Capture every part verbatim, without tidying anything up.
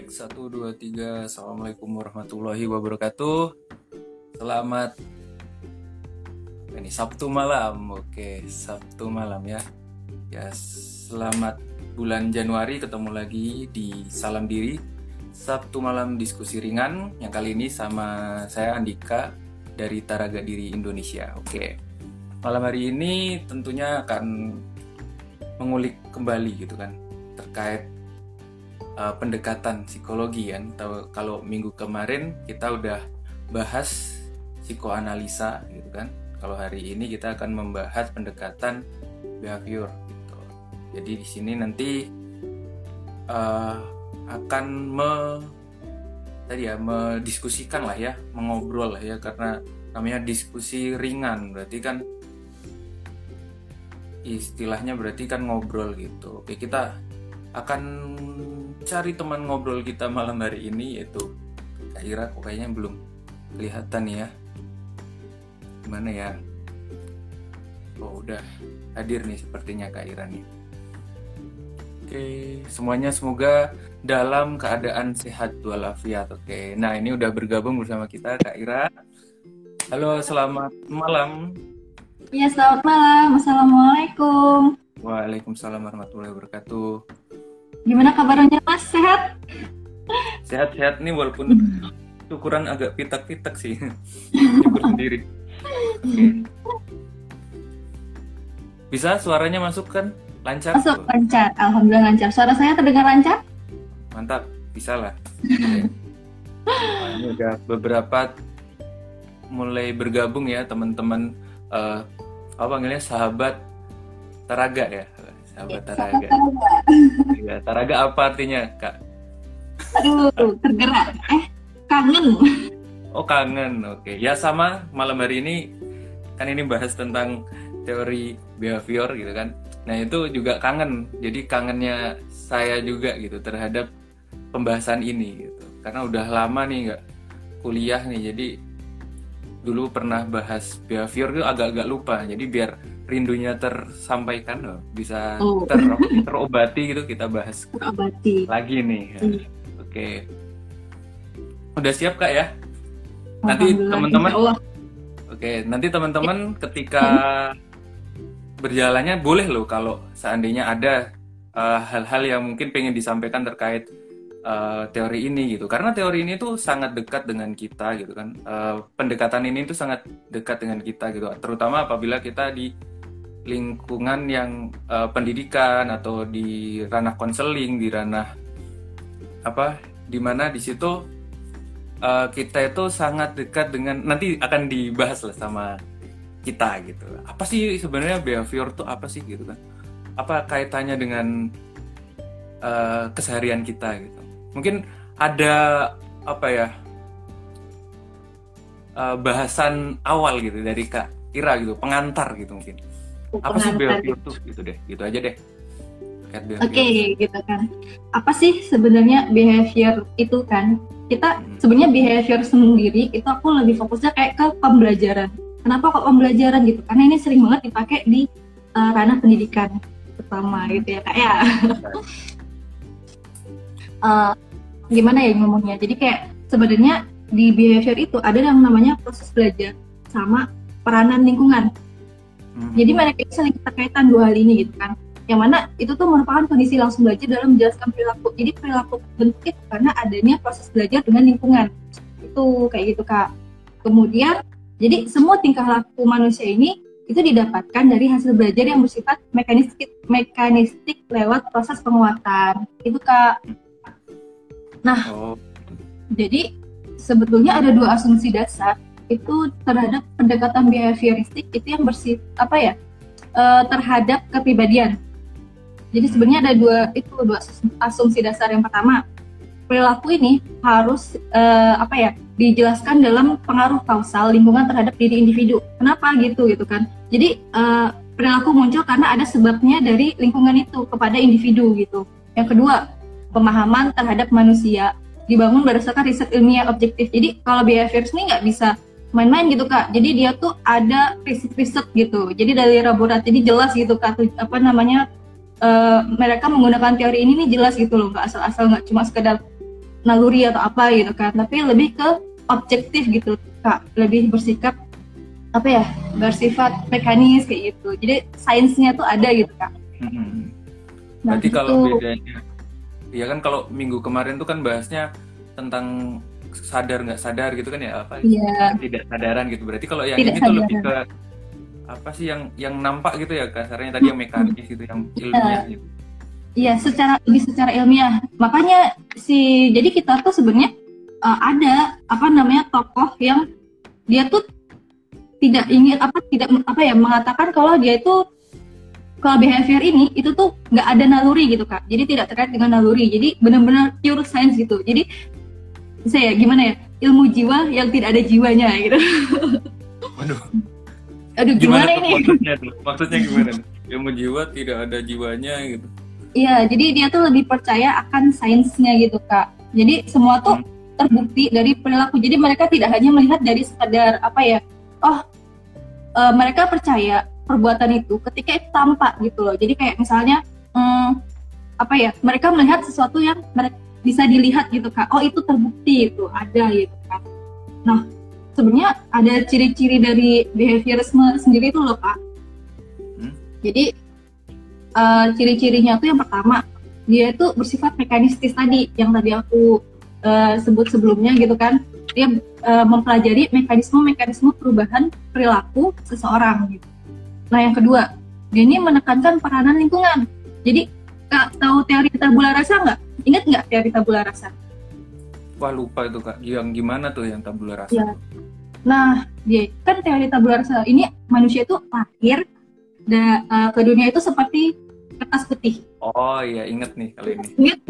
Cek satu dua tiga. Assalamualaikum warahmatullahi wabarakatuh. Selamat ini Sabtu malam. Oke, Sabtu malam ya. Ya, selamat bulan Januari, ketemu lagi di Salam Diri Sabtu malam diskusi ringan. Yang kali ini sama saya Andika dari Taraga Diri Indonesia. Oke. Malam hari ini tentunya akan mengulik kembali gitu kan terkait Uh, pendekatan psikologi kan. Kalau minggu kemarin kita udah bahas psikoanalisa gitu kan. Kalau hari ini kita akan membahas pendekatan behavior gitu. Jadi di sini nanti uh, akan me tadi ya mendiskusikan lah ya, mengobrol lah ya, karena namanya diskusi ringan berarti kan istilahnya berarti kan ngobrol gitu. Oke, kita akan cari teman ngobrol kita malam hari ini, yaitu Kak Ira. Kok kayaknya belum kelihatan nih ya, gimana ya? Oh, udah hadir nih sepertinya Kak Ira nih. Oke, semuanya semoga dalam keadaan sehat walafiat. Oke, nah ini udah bergabung bersama kita Kak Ira. Halo, selamat malam. Ya, selamat malam. Assalamualaikum. Waalaikumsalam warahmatullahi wabarakatuh. Gimana kabarnya, Mas? Sehat? Sehat-sehat nih, walaupun ukuran agak pitak-pitak sih. Syukur sendiri. Oke. Bisa suaranya masuk kan? Lancar? Masuk, lancar. Alhamdulillah lancar. Suara saya terdengar lancar? Mantap, bisa lah. Oke. Nah, ini udah beberapa mulai bergabung ya teman-teman, uh, apa panggilnya, sahabat Taraga ya. Sahabat Taraga. Ya, Taraga apa artinya, Kak? Aduh, tergerak. Eh, kangen. Oh, kangen. Oke. Ya, sama malam hari ini kan ini bahas tentang teori behavior gitu kan. Nah, itu juga kangen. Jadi kangennya saya juga gitu terhadap pembahasan ini gitu. Karena udah lama nih nggak kuliah nih. Jadi dulu pernah bahas behavior itu agak-agak lupa. Jadi biar rindunya tersampaikan loh, bisa Oh. ter terobati gitu, kita bahas Terobati lagi nih. Hmm. Oke, udah siap Kak ya? Nanti teman-teman, oke, nanti teman-teman ketika berjalannya boleh loh kalau seandainya ada uh, hal-hal yang mungkin pengen disampaikan terkait uh, teori ini gitu. Karena teori ini tuh sangat dekat dengan kita gitu kan. Uh, pendekatan ini tuh sangat dekat dengan kita gitu. Terutama apabila kita di lingkungan yang uh, pendidikan atau di ranah konseling, di ranah apa, dimana di situ uh, kita itu sangat dekat dengan, nanti akan dibahas lah sama kita gitu. Apa sih sebenarnya behavior tuh apa sih gitu kan? Apa kaitannya dengan uh, keseharian kita gitu? Mungkin ada apa ya, uh, bahasan awal gitu dari Kak Ira gitu, pengantar gitu mungkin. Apa sih behavior tuh gitu deh, gitu aja deh. Oke, okay, gitu kan. Apa sih sebenarnya behavior itu kan? Kita hmm. sebenarnya behavior sendiri itu aku lebih fokusnya kayak ke pembelajaran. Kenapa kok pembelajaran gitu? Karena ini sering banget dipakai di uh, ranah pendidikan pertama gitu ya Kak ya. uh, gimana ya ngomongnya? Jadi kayak sebenarnya di behavior itu ada yang namanya proses belajar sama peranan lingkungan. Jadi mereka itu saling terkaitan dua hal ini gitu kan. Yang mana itu tuh merupakan kondisi langsung belajar dalam menjelaskan perilaku. Jadi perilaku terbentuk itu karena adanya proses belajar dengan lingkungan. Itu kayak gitu Kak. Kemudian jadi semua tingkah laku manusia ini itu didapatkan dari hasil belajar yang bersifat mekanistik, mekanistik lewat proses penguatan. Itu Kak. Nah, oh. Jadi sebetulnya ada dua asumsi dasar itu terhadap pendekatan behavioristik itu yang bersifat apa ya, e, terhadap kepribadian. Jadi sebenarnya ada dua itu dua asumsi dasar. Yang pertama, perilaku ini harus e, apa ya dijelaskan dalam pengaruh kausal lingkungan terhadap diri individu. Kenapa gitu gitu kan? Jadi e, perilaku muncul karena ada sebabnya dari lingkungan itu kepada individu gitu. Yang kedua, pemahaman terhadap manusia dibangun berdasarkan riset ilmiah objektif. Jadi kalau behavior ini nggak bisa main-main gitu Kak. Jadi dia tuh ada riset-riset gitu. Jadi dari laboratorium, jadi jelas gitu Kak, apa namanya, uh, mereka menggunakan teori ini nih jelas gitu loh, nggak asal-asal, nggak cuma sekedar naluri atau apa gitu kan, tapi lebih ke objektif gitu Kak, lebih bersikap apa ya, bersifat mekanis kayak gitu. Jadi sainsnya tuh ada gitu Kak. Hmm. Nah, Berarti gitu. kalau bedanya, ya kan kalau minggu kemarin tuh kan bahasnya tentang sadar nggak sadar gitu kan ya, apa Iya. tidak sadaran gitu. Berarti kalau yang Tidak ini tuh lebih sadaran. ke apa sih yang yang nampak gitu ya kasarnya tadi, yang mekanis gitu, yang Iya. ilmiah gitu. Iya, secara lebih secara ilmiah. Makanya si jadi kita tuh sebenarnya uh, ada apa namanya tokoh yang dia tuh tidak ingin apa tidak apa ya mengatakan kalau dia itu kalau behavior ini itu tuh nggak ada naluri gitu Kak. Jadi tidak terkait dengan naluri. Jadi benar-benar pure science gitu. Jadi saya gimana ya, ilmu jiwa yang tidak ada jiwanya gitu. Waduh. Aduh Gimana, gimana, tuh ini? maksudnya tuh? Maksudnya gimana? Ilmu jiwa tidak ada jiwanya gitu. Iya, jadi dia tuh lebih percaya akan sainsnya gitu Kak. Jadi semua tuh hmm. terbukti dari perilaku. Jadi mereka tidak hanya melihat dari sekadar apa ya, oh e, mereka percaya perbuatan itu ketika itu tampak gitu loh. Jadi kayak misalnya hmm, apa ya, mereka melihat sesuatu yang mereka bisa dilihat gitu Kak. Oh itu terbukti, itu ada gitu kan. Nah sebenarnya ada ciri-ciri dari behaviorisme sendiri itu loh Kak. Hmm? Jadi uh, ciri-cirinya tuh yang pertama, dia itu bersifat mekanistis tadi, yang tadi aku uh, sebut sebelumnya gitu kan. Dia uh, mempelajari mekanisme-mekanisme perubahan perilaku seseorang gitu. Nah yang kedua, dia ini menekankan peranan lingkungan. Jadi Kak tahu teori tabula rasa nggak? Ingat nggak teori tabula rasa? Wah lupa itu Kak, yang gimana tuh yang tabula rasa? Ya. Nah, dia kan teori tabula rasa ini manusia itu lahir da, uh, ke dunia itu seperti kertas putih. Oh iya, inget nih kali ini. Ingat.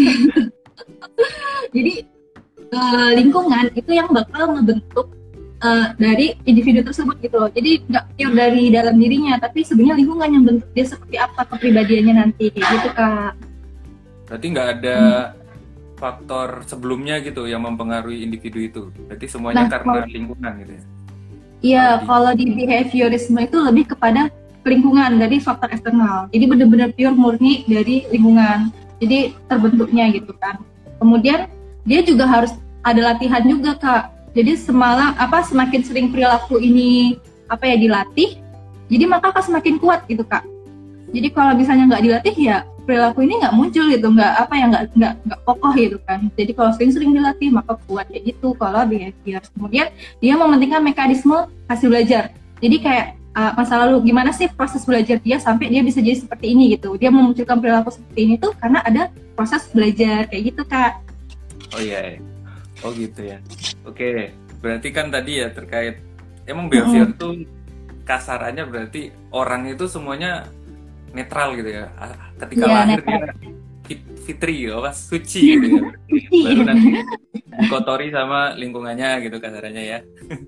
Jadi uh, lingkungan itu yang bakal ngebentuk uh, dari individu tersebut gitu loh. Jadi nggak pure dari dalam dirinya, tapi sebenarnya lingkungan yang bentuk dia seperti apa kepribadiannya nanti gitu Kak. Berarti nggak ada hmm. faktor sebelumnya gitu yang mempengaruhi individu itu. Berarti semuanya nah, karena kalau, lingkungan gitu ya? Iya, kalau di behaviorisme itu lebih kepada lingkungan dari faktor eksternal. Jadi benar-benar pure murni dari lingkungan. Jadi terbentuknya gitu kan. Kemudian dia juga harus ada latihan juga Kak. Jadi semalam apa semakin sering perilaku ini apa ya dilatih, jadi maka akan semakin kuat gitu Kak. Jadi kalau misalnya nggak dilatih ya perilaku ini nggak muncul gitu, nggak apa ya nggak nggak nggak kokoh gitu kan. Jadi kalau sering-sering dilatih maka kuat kayak gitu kalau behavior. Kemudian dia mementingkan mekanisme hasil belajar. Jadi kayak uh, masa lalu gimana sih proses belajar dia sampai dia bisa jadi seperti ini gitu. Dia memunculkan perilaku seperti ini tuh karena ada proses belajar kayak gitu Kak. Oh iya, oh gitu ya. Oke, berarti kan tadi ya terkait emang behavior mm-hmm. tuh kasarannya berarti orang itu semuanya netral gitu ya. Ketika yeah, lahir netral. Dia fitri, apa suci gitu ya. Baru nanti dikotori sama lingkungannya gitu kasarannya ya.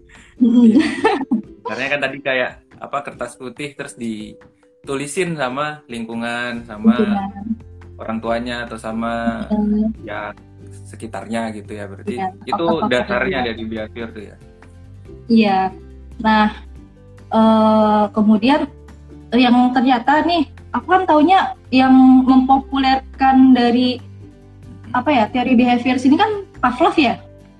Karena kan tadi kayak apa kertas putih terus ditulisin sama lingkungan, sama lingkungan. Orang tuanya atau sama mm. ya sekitarnya gitu ya. Berarti ya, itu dasarnya dari behavior tuh ya. Iya. Nah, uh, kemudian yang ternyata nih, aku kan taunya yang mempopulerkan dari apa ya teori behavior sini kan Pavlov ya.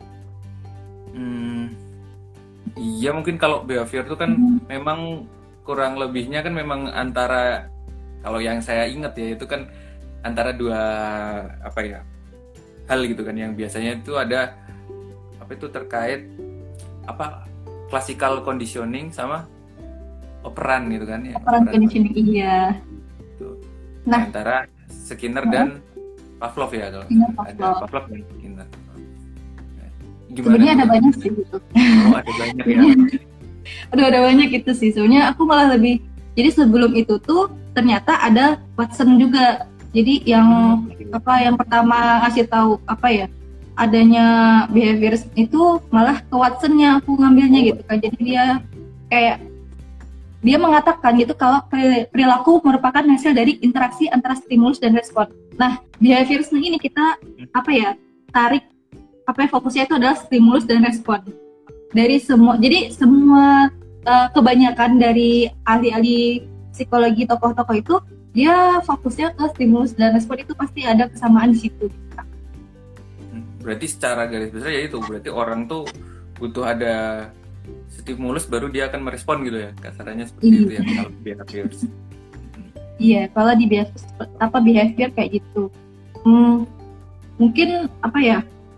Hmm, iya mungkin kalau behavior itu kan hmm. memang kurang lebihnya kan memang antara, kalau yang saya ingat ya itu kan antara dua apa ya hal gitu kan, yang biasanya itu ada apa itu terkait apa classical conditioning sama operan gitu kan ya. Operan conditioning iya. Tuh. Nah, antara Skinner nah. dan Pavlov ya kalau Pavlov. ada Pavlov dan Skinner. Sebenarnya ada banyak sih gitu. Oh, ada banyak ya. Aduh, ada banyak itu sih. Sebenarnya aku malah lebih, jadi sebelum itu tuh ternyata ada Watson juga. Jadi yang hmm. apa yang pertama ngasih tahu apa ya adanya behavior itu malah ke Watson-nya aku ngambilnya oh. gitu kan. Jadi dia kayak dia mengatakan gitu kalau perilaku merupakan hasil dari interaksi antara stimulus dan respon. Nah, behaviorisme ini kita apa ya tarik apa ya, fokusnya itu adalah stimulus dan respon dari semua. Jadi semua uh, kebanyakan dari ahli-ahli psikologi tokoh-tokoh itu dia fokusnya ke stimulus dan respon, itu pasti ada kesamaan di situ. berarti secara garis besar ya itu berarti orang tuh butuh ada stimulus baru dia akan merespon gitu ya, kasarannya seperti Iya. itu ya kalau behavior. Iya, kalau di behavior apa behavior kayak gitu. Hmm, mungkin apa ya?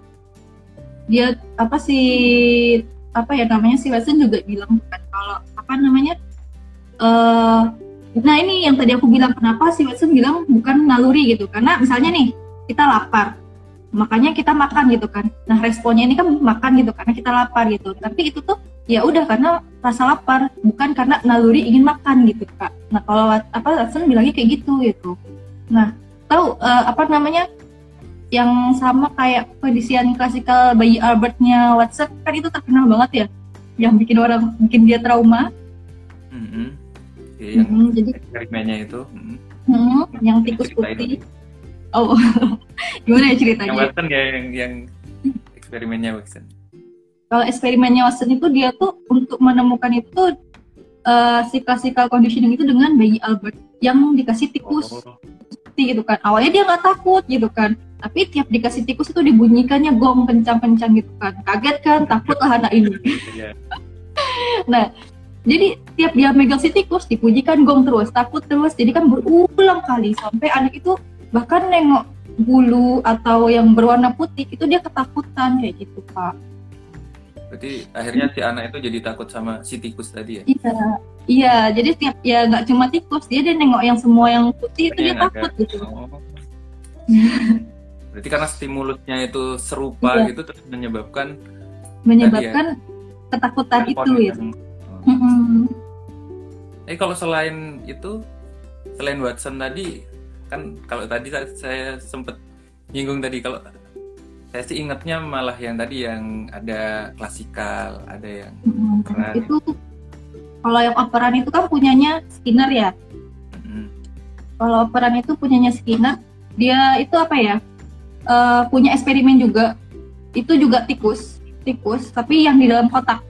Dia apa sih apa ya namanya si Watson juga bilang kan kalau apa namanya? eh nah ini yang tadi aku bilang kenapa si Watson bilang bukan naluri gitu. Karena misalnya nih, kita lapar. Makanya kita makan gitu kan. Nah, responnya ini kan makan gitu karena kita lapar gitu. Tapi itu tuh ya udah karena rasa lapar, bukan karena naluri ingin makan gitu, Kak. Nah, kalau apa Watson bilangnya kayak gitu gitu. Nah, tahu uh, apa namanya? Yang sama kayak pendisian klasikal bayi Albert-nya Watson kan itu terkenal banget ya. Yang bikin orang bikin dia trauma. Mm-hmm. Ya, yang Mm-hmm, jadi eksperimennya itu. Mm-hmm. Hmm, yang tikus putih. Oh, gimana ya ceritanya? Yang Watson ya, yang, yang eksperimennya Watson. Kalau eksperimennya Watson itu dia tuh untuk menemukan itu uh, si classical conditioning itu dengan bayi Albert yang dikasih tikus Oh. gitu kan. Awalnya dia nggak takut gitu kan, tapi tiap dikasih tikus itu dibunyikannya gong kencang-kencang gitu kan. Kaget kan, takut lah anak ini. Nah, jadi tiap dia megang si tikus dipujikan gong terus, takut terus. Jadi kan berulang kali sampai anak itu bahkan nengok bulu atau yang berwarna putih itu dia ketakutan kayak gitu, Pak. Berarti akhirnya si anak itu jadi takut sama si tikus tadi ya? Iya, iya. Jadi tiap ya nggak cuma tikus, dia dia nengok yang semua yang putih itu dia Yang takut ada. gitu. Oh. Berarti karena stimulusnya itu serupa Iya. gitu terus menyebabkan Menyebabkan ketakutan itu respon ya. yang- oh. Mm-mm. Eh kalau selain itu, selain Watson tadi, kan kalau tadi saya, saya sempat nyinggung tadi, kalau saya sih ingatnya malah yang tadi yang ada klasikal, ada yang Mm-mm. operan. Itu kalau yang operan itu kan punyanya Skinner ya. Mm-mm. Kalau operan itu punyanya Skinner, dia itu apa ya? Eh, punya eksperimen juga. Itu juga tikus, tikus, tapi yang di dalam kotak.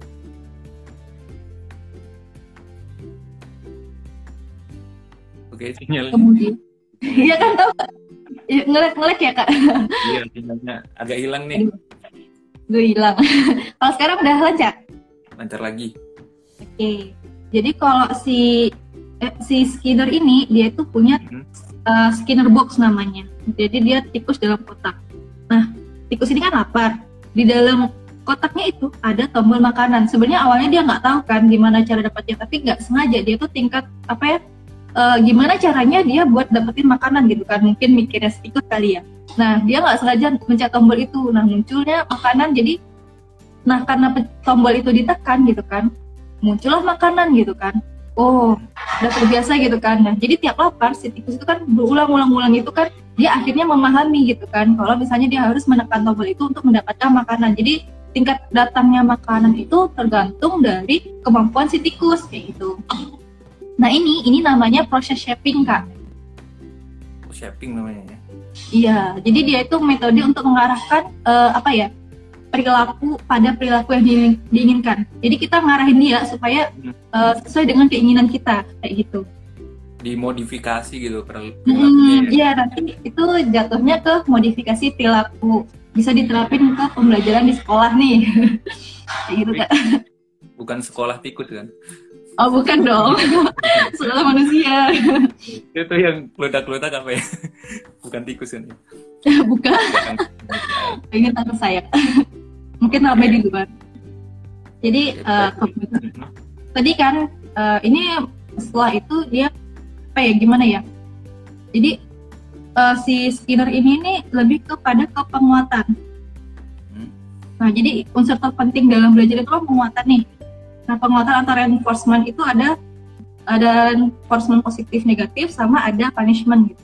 Oke, sinyalnya. Kemudian, iya kan tahu? Kak? Ya, ngelek-ngelek ya Kak? Iya, sinyalnya agak hilang nih. Gue hilang. Kalau sekarang udah lancar. Lancar lagi. Oke. Jadi kalau si eh, si Skinner ini dia itu punya Mm-hmm. uh, Skinner box namanya. Jadi dia tikus dalam kotak. Nah, tikus ini kan lapar. Di dalam kotaknya itu ada tombol makanan. Sebenarnya awalnya dia nggak tahu kan gimana cara dapatnya, tapi nggak sengaja dia tuh tingkat apa ya? Uh, gimana caranya dia buat dapetin makanan gitu kan? Mungkin mikirnya tikus kali ya. Nah, dia nggak sengaja mencet tombol itu. Nah, munculnya makanan. Jadi, nah karena tombol itu ditekan gitu kan, muncullah makanan gitu kan. Oh, udah terbiasa gitu kan. Nah, jadi tiap lapar si tikus itu kan berulang-ulang-ulang itu kan dia akhirnya memahami gitu kan kalau misalnya dia harus menekan tombol itu untuk mendapatkan makanan. Jadi tingkat datangnya makanan itu tergantung dari kemampuan si tikus kayak gitu. Nah, ini ini namanya proses shaping, Kak. Oh, shaping namanya ya. Iya, jadi dia itu metode untuk mengarahkan uh, apa ya? perilaku pada perilaku yang di, diinginkan. Jadi kita ngarahin dia supaya uh, sesuai dengan keinginan kita kayak gitu. Dimodifikasi gitu perilakunya. Hmm, ya nanti itu jatuhnya ke modifikasi perilaku. Bisa diterapin ke pembelajaran di sekolah nih. Kayak gitu Kak. Bukan sekolah tikus kan? Oh bukan dong. Sekolah manusia. Itu yang ledak-ledak apa ya? Bukan tikus kan? Bukan. Pengen tangkap saya. Mungkin ramai di luar. Jadi uh, tadi kan uh, ini setelah itu dia apa ya gimana ya? Jadi uh, si Skinner ini nih lebih kepada ke penguatan. Nah jadi unsur terpenting dalam belajar itu kan penguatan nih. Nah penguatan antara reinforcement itu ada ada reinforcement positif negatif sama ada punishment gitu.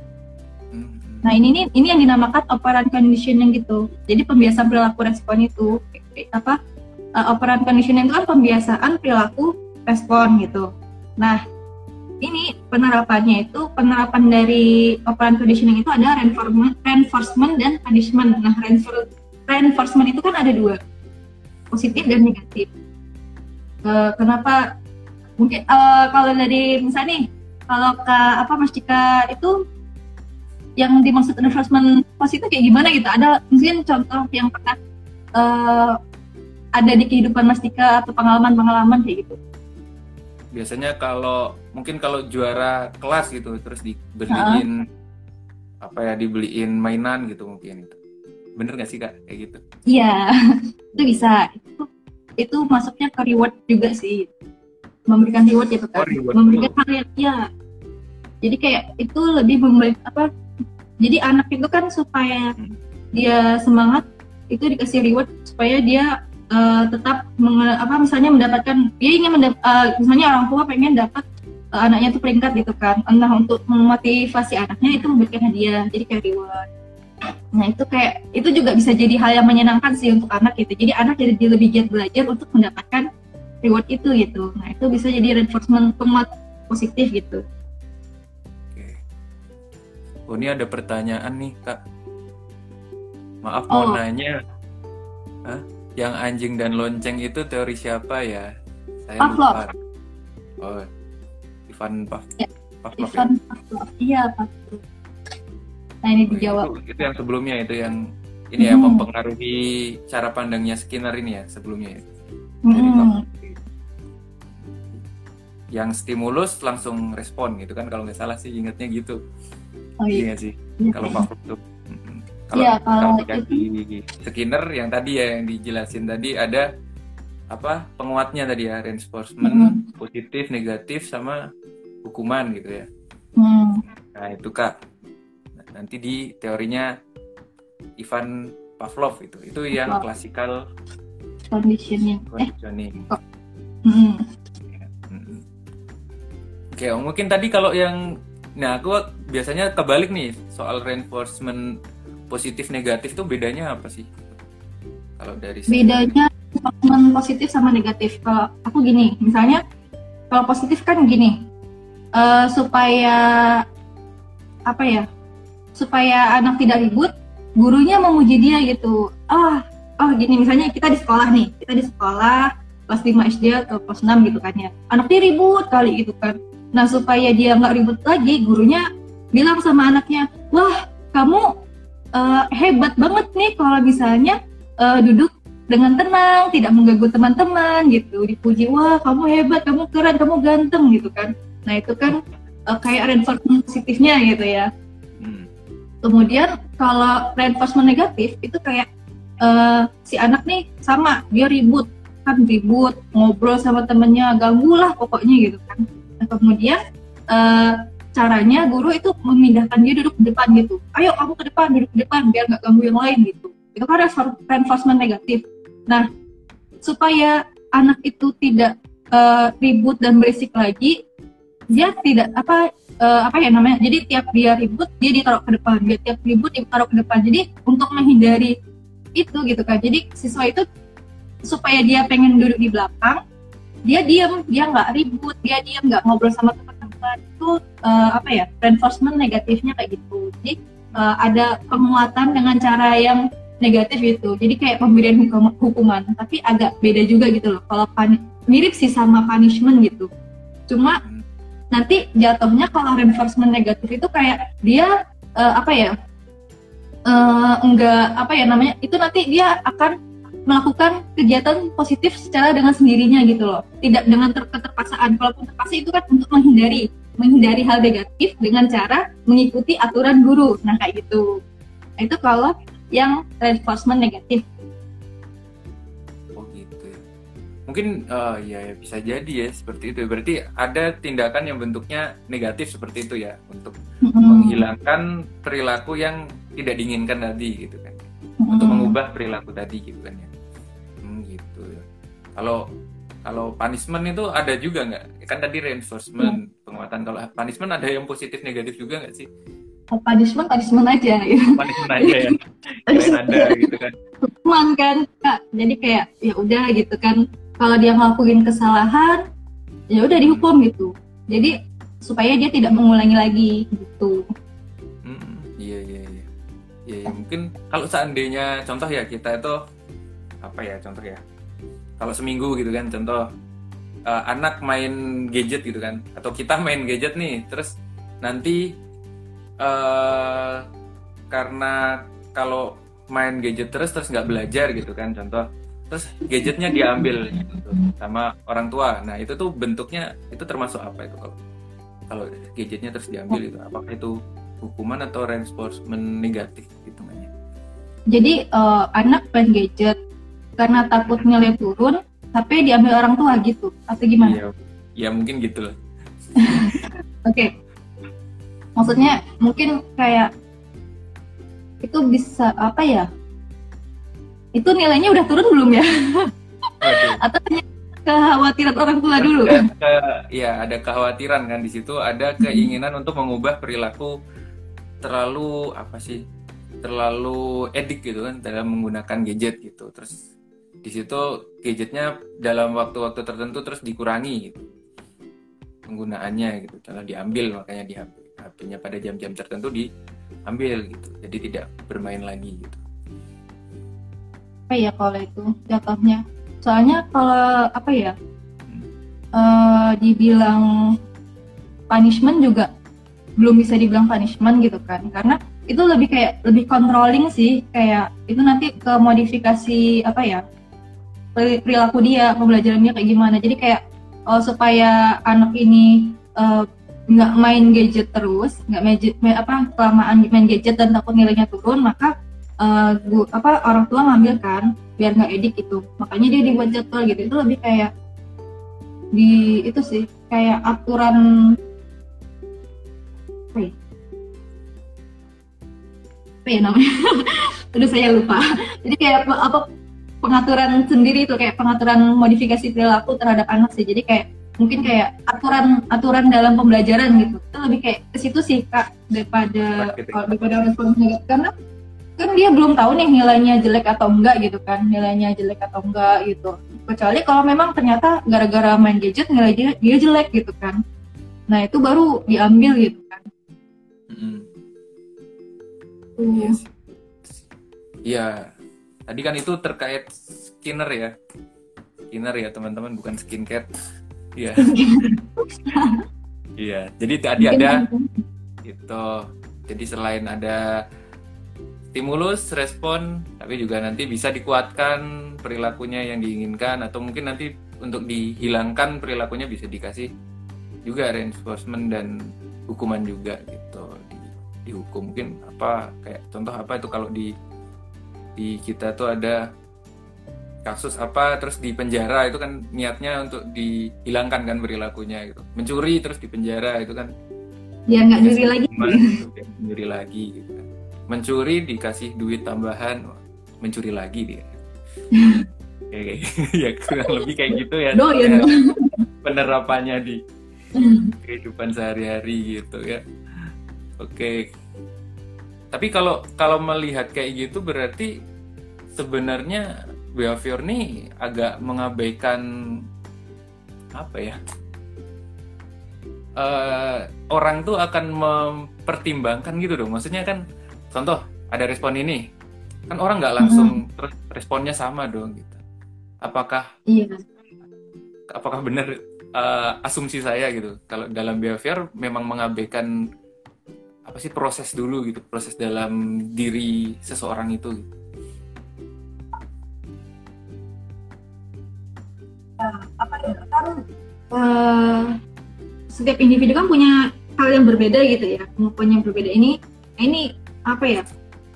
Nah ini nih ini yang dinamakan operant conditioning gitu. Jadi pembiasaan perilaku respon itu apa uh, operant conditioning itu kan pembiasaan perilaku respon gitu. Nah ini penerapannya itu penerapan dari operant conditioning itu ada reinforcement, reinforcement dan punishment. Nah reinforcement itu kan ada dua, positif dan negatif. Uh, kenapa? Mungkin uh, kalau dari misalnya nih kalau Kak apa Mas Cika itu yang dimaksud reinforcement positif kayak gimana gitu? Ada mungkin contoh yang pernah uh, ada di kehidupan Mas Dika atau pengalaman-pengalaman kayak gitu? Biasanya kalau mungkin kalau juara kelas gitu terus dibeliin uh-huh. apa ya dibeliin mainan gitu mungkin itu. Bener nggak sih Kak kayak gitu? Iya, itu bisa. Itu, itu masuknya ke reward juga sih. Memberikan reward gitu kan. Oh, reward. Memberikan hal yang ya. Jadi kayak itu lebih memberi apa? Jadi anak itu kan supaya hmm. dia semangat itu dikasih reward supaya dia uh, tetap menge, apa misalnya mendapatkan dia ingin mendap, uh, misalnya orang tua pengen dapat uh, anaknya tuh peringkat gitu kan. Entah untuk memotivasi anaknya itu memberikan hadiah. Jadi kayak reward. Nah itu kayak itu juga bisa jadi hal yang menyenangkan sih untuk anak gitu. Jadi anak jadi lebih giat belajar untuk mendapatkan reward itu gitu. Nah itu bisa jadi reinforcement penguat positif gitu. Oke. Oh ini ada pertanyaan nih Kak. Maaf oh. mau nanya. Hah? Yang anjing dan lonceng itu teori siapa ya? Saya Pavlov. lupa. Oh, Ivan Pavlov. Ya, Pavlov Ivan ya? Pavlov. Iya Pavlov. Nah ini dijawab. Itu, itu yang sebelumnya itu yang ini hmm. ya mempengaruhi cara pandangnya Skinner ini ya sebelumnya ya. Hmm. Yang stimulus langsung respon gitu kan kalau nggak salah sih ingatnya gitu. Oh iya, iya sih. Ya, kalau Pavlov tuh. Kalau, ya, kalau, kalau di Skinner yang tadi ya yang dijelasin tadi ada apa penguatnya tadi ya reinforcement hmm. positif negatif sama hukuman gitu ya. Hmm. Nah itu Kak. Nanti di teorinya Ivan Pavlov itu itu yang klasikal conditioning. conditioning. Eh. Oh. Hmm. Hmm. Oke, mungkin tadi kalau yang nah aku biasanya kebalik nih soal reinforcement positif negatif tuh bedanya apa sih? Kalau dari bedanya reinforcement positif sama negatif. Kalau aku gini, misalnya kalau positif kan gini, uh, supaya apa ya? Supaya anak tidak ribut, gurunya memuji dia gitu. Ah, oh, oh gini misalnya kita di sekolah nih, kita di sekolah kelas lima S D atau kelas enam gitu kan ya. Anaknya ribut kali gitu kan. Nah supaya dia nggak ribut lagi, gurunya bilang sama anaknya, wah kamu uh, hebat banget nih kalau misalnya uh, duduk dengan tenang, tidak mengganggu teman-teman gitu. Dipuji, wah kamu hebat, kamu keren, kamu ganteng gitu kan. Nah itu kan uh, kayak reinforcement positifnya gitu ya. Kemudian kalau reinforcement negatif itu kayak uh, si anak nih sama dia ribut kan ribut ngobrol sama temennya ganggu lah pokoknya gitu kan. Nah, kemudian uh, caranya guru itu memindahkan dia duduk di depan gitu. Ayo kamu ke depan duduk di depan biar nggak ganggu yang lain gitu. Itu kan reinforcement negatif. Nah supaya anak itu tidak uh, ribut dan berisik lagi dia tidak apa Uh, apa ya namanya, jadi tiap dia ribut dia ditaruh ke depan, dia tiap ribut dia ditaruh ke depan, jadi untuk menghindari itu gitu kan, jadi siswa itu supaya dia pengen duduk di belakang, dia diam, dia nggak ribut, dia diam, nggak ngobrol sama teman-teman, itu uh, apa ya, reinforcement negatifnya kayak gitu, jadi uh, ada penguatan dengan cara yang negatif gitu, jadi kayak pemberian hukum, hukuman, tapi agak beda juga gitu loh, kalau pun- mirip sih sama punishment gitu, cuma nanti jatuhnya kalau reinforcement negatif itu kayak dia uh, apa ya uh, enggak apa ya namanya itu nanti dia akan melakukan kegiatan positif secara dengan sendirinya gitu loh, tidak dengan ter- keterpaksaan. Kalaupun terpaksa itu kan untuk menghindari menghindari hal negatif dengan cara mengikuti aturan guru, nah kayak gitu. Nah, itu kalau yang reinforcement negatif. Mungkin uh, ya, ya bisa jadi ya seperti itu. Berarti ada tindakan yang bentuknya negatif seperti itu ya untuk mm-hmm. menghilangkan perilaku yang tidak diinginkan tadi gitu kan. Mm-hmm. Untuk mengubah perilaku tadi gitu kan ya. Hmm, gitu ya. Kalau kalau punishment itu ada juga nggak? Kan tadi reinforcement, mm-hmm. penguatan. Kalau punishment ada yang positif negatif juga nggak sih? Oh, punishment punishment aja ya. Punishment aja ya. Kirain ada gitu kan. Hukuman kan, Kak. Jadi kayak ya udah gitu kan. Kalau dia ngelakuin kesalahan, ya udah dihukum gitu. Jadi supaya dia tidak mengulangi lagi gitu. Hmm, iya iya iya. Iya ya, mungkin kalau seandainya contoh ya kita itu apa ya contoh ya. Kalau seminggu gitu kan contoh uh, anak main gadget gitu kan atau kita main gadget nih terus nanti uh, karena kalau main gadget terus terus nggak belajar gitu kan, contoh, terus gadgetnya diambil gitu sama orang tua. Nah itu tuh bentuknya itu termasuk apa itu kalau kalau gadgetnya terus diambil itu? Apakah itu hukuman atau reinforcement negatif gitu namanya? Jadi uh, anak main gadget karena takut nilai turun, tapi diambil orang tua gitu, atau gimana? Iya, ya mungkin gitu lah. Oke, okay. Maksudnya mungkin kayak itu bisa apa ya? Itu nilainya udah turun belum ya? Atau hanya kekhawatiran orang tua dulu? Ada, ke, ya ada kekhawatiran kan di situ, ada keinginan untuk mengubah perilaku terlalu apa sih? Terlalu edik gitu kan dalam menggunakan gadget gitu. Terus di situ gadgetnya dalam waktu-waktu tertentu terus dikurangi gitu penggunaannya gitu. Kalau diambil makanya di H P, H P-nya pada jam-jam tertentu diambil gitu. Jadi tidak bermain lagi gitu. Apa ya kalau itu jatuhnya? Soalnya kalau apa ya? Hmm. Uh, dibilang punishment juga belum bisa dibilang punishment gitu kan, karena itu lebih kayak lebih controlling sih, kayak itu nanti ke modifikasi apa ya perilaku dia, pembelajarannya kayak gimana. Jadi kayak oh, supaya anak ini nggak uh, main gadget terus, nggak main apa kelamaan main gadget dan takut nilainya turun, maka uh, gua, apa orang tua ngambil kan biar nggak edik itu, makanya dia dibuat jadwal gitu. Itu lebih kayak di itu sih kayak aturan apa ya, apa ya namanya udah saya lupa. Jadi kayak apa pengaturan sendiri itu, kayak pengaturan modifikasi perilaku terhadap anak sih. Jadi kayak mungkin kayak aturan aturan dalam pembelajaran gitu. Itu lebih kayak ke situ sih Kak, daripada kalau daripada respons negatif, karena kan dia belum tahu nih nilainya jelek atau enggak gitu kan, nilainya jelek atau enggak gitu. Kecuali kalau memang ternyata gara-gara main gadget nilai dia, dia jelek gitu kan. Nah itu baru diambil gitu kan. Mm-hmm. Uh. Yes. Ya, tadi kan itu terkait skinner ya, skinner ya teman-teman, bukan skincare. Iya. Iya. Jadi tadi ada itu. Jadi selain ada stimulus, respon, tapi juga nanti bisa dikuatkan perilakunya yang diinginkan, atau mungkin nanti untuk dihilangkan perilakunya bisa dikasih juga reinforcement dan hukuman juga gitu. Di, dihukum mungkin apa kayak contoh apa itu kalau di di kita tuh ada kasus apa terus di penjara, itu kan niatnya untuk dihilangkan kan perilakunya gitu. Mencuri terus di penjara itu kan ya nggak nyuri lagi gitu, nyuri lagi gitu kan. Mencuri dikasih duit tambahan, mencuri lagi dia. Kayak ya kurang lebih kayak gitu ya. Doyan. Penerapannya di kehidupan sehari-hari gitu ya. Oke. Tapi kalau kalau melihat kayak gitu berarti sebenarnya behavior nih agak mengabaikan apa ya? Uh, orang tuh akan mempertimbangkan gitu dong. Maksudnya kan contoh ada respon ini, kan orang nggak langsung terus mm-hmm. responnya sama dong gitu. Apakah iya. Apakah benar uh, asumsi saya gitu? Kalau dalam behavior memang mengabaikan apa sih proses dulu gitu, proses dalam diri seseorang itu gitu. Nah, apa ya kan uh, setiap individu kan punya hal yang berbeda gitu ya, punya yang berbeda. Ini ini apa ya?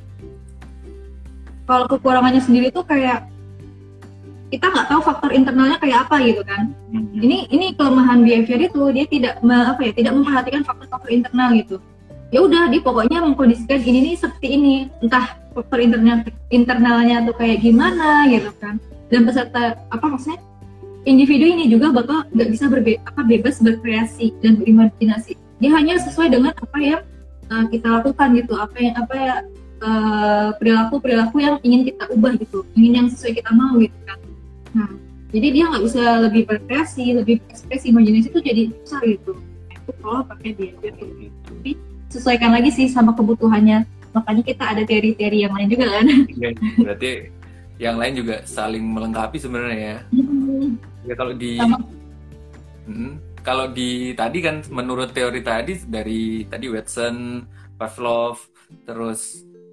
Kalau kekurangannya sendiri tuh kayak kita nggak tahu faktor internalnya kayak apa gitu kan. Hmm. Ini ini kelemahan behavior itu, dia tidak apa ya, tidak memperhatikan faktor-faktor internal gitu. Ya udah, dia pokoknya mengkondisikan ini nih seperti ini, entah faktor internal internalnya tuh kayak gimana gitu kan. Dan peserta apa maksudnya individu ini juga bakal nggak bisa berbe apa bebas berkreasi dan berimajinasi. Dia hanya sesuai dengan apa yang uh, kita lakukan gitu, apa yang apa ya uh, perilaku-perilaku yang ingin kita ubah gitu, ingin yang sesuai kita mau gitu kan. Nah, jadi dia nggak bisa lebih berkreasi, lebih berekspresi, imajinasi itu jadi besar gitu. Itu kalau pakai behavior gitu. Tapi sesuaikan lagi sih sama kebutuhannya. Makanya kita ada teori-teori yang lain juga kan. Berarti yang lain juga saling melengkapi sebenarnya ya. Hmm. Ya kalau di hmm, kalau di tadi kan menurut teori tadi dari tadi Watson, Pavlov, terus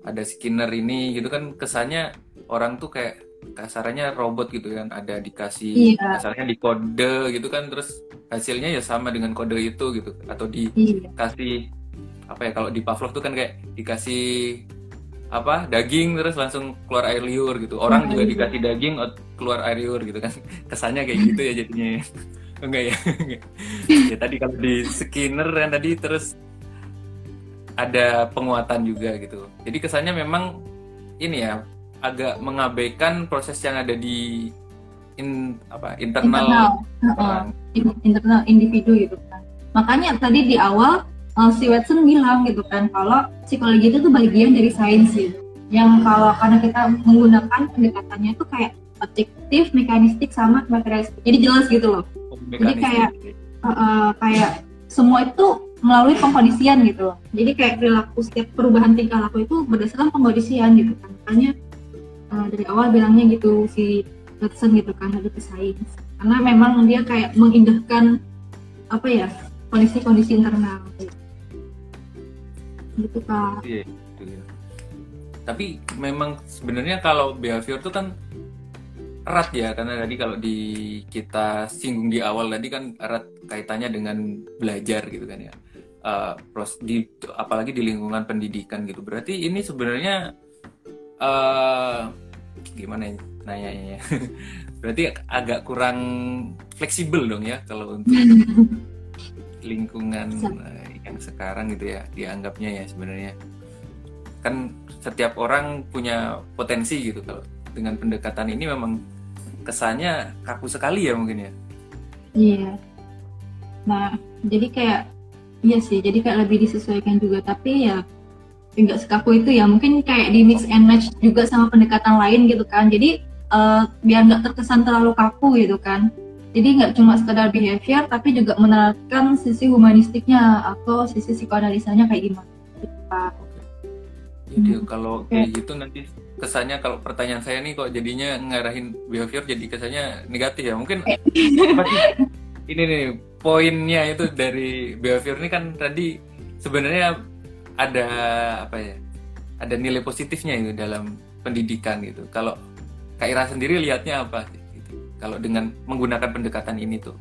ada Skinner ini gitu kan, kesannya orang tuh kayak kasarannya robot gitu kan, ada dikasih Iya, kasarnya di kode gitu kan, terus hasilnya ya sama dengan kode itu gitu, atau iya, dikasih apa ya, kalau di Pavlov tuh kan kayak dikasih apa daging terus langsung keluar air liur gitu, orang juga iya. dikasih daging ot- keluar air liur gitu kan. Kesannya kayak gitu ya jadinya. Enggak ya. Ya tadi kalau di Skinner kan tadi, terus ada penguatan juga gitu, jadi kesannya memang ini ya, agak mengabaikan proses yang ada di in apa Internal, internal heeh, orang. in- internal individu gitu kan. Makanya tadi di awal uh, si Watson bilang gitu kan kalau psikologi itu tuh bagian dari sains gitu. Yang kalau karena kita menggunakan pendekatannya itu kayak objektif, mekanistik sama materialistik. Jadi jelas gitu loh. Jadi kayak uh, uh, kayak semua itu melalui pengkondisian gitu loh. Jadi kayak perilaku setiap perubahan tingkah laku itu berdasarkan pengkondisian gitu kan. Makanya uh, dari awal bilangnya gitu si Watson gitu kan, lebih ke sains. Karena memang dia kayak mengindahkan apa ya, kondisi-kondisi internal gitu, gitu Kak. Iya, gitu ya. Tapi memang sebenarnya kalau behavior itu kan erat ya, karena tadi kalau di kita singgung di awal tadi kan erat kaitannya dengan belajar gitu kan ya. Uh, pros di apalagi di lingkungan pendidikan gitu. Berarti ini sebenarnya uh, gimana ya nanyanya ya? Berarti agak kurang fleksibel dong ya kalau untuk lingkungan uh, yang sekarang gitu ya dianggapnya ya, sebenarnya kan setiap orang punya potensi gitu. Kalau dengan pendekatan ini memang kesannya kaku sekali ya mungkin ya. Iya. Nah, jadi kayak iya sih, jadi kayak lebih disesuaikan juga, tapi ya nggak sekaku itu ya, mungkin kayak di mix and match juga sama pendekatan lain gitu kan. Jadi uh, biar nggak terkesan terlalu kaku gitu kan. Jadi nggak cuma sekedar behavior, tapi juga menerapkan sisi humanistiknya atau sisi psikoanalisanya kayak gimana gitu, Pak. Jadi Hmm. kalau kayak gitu nanti kesannya, kalau pertanyaan saya nih kok jadinya ngarahin behavior jadi kesannya negatif ya. Mungkin apa sih ini nih poinnya itu dari behavior ini kan tadi sebenarnya ada apa ya? Ada nilai positifnya itu dalam pendidikan gitu. Kalau Kak Ira sendiri lihatnya apa gitu? Kalau dengan menggunakan pendekatan ini tuh,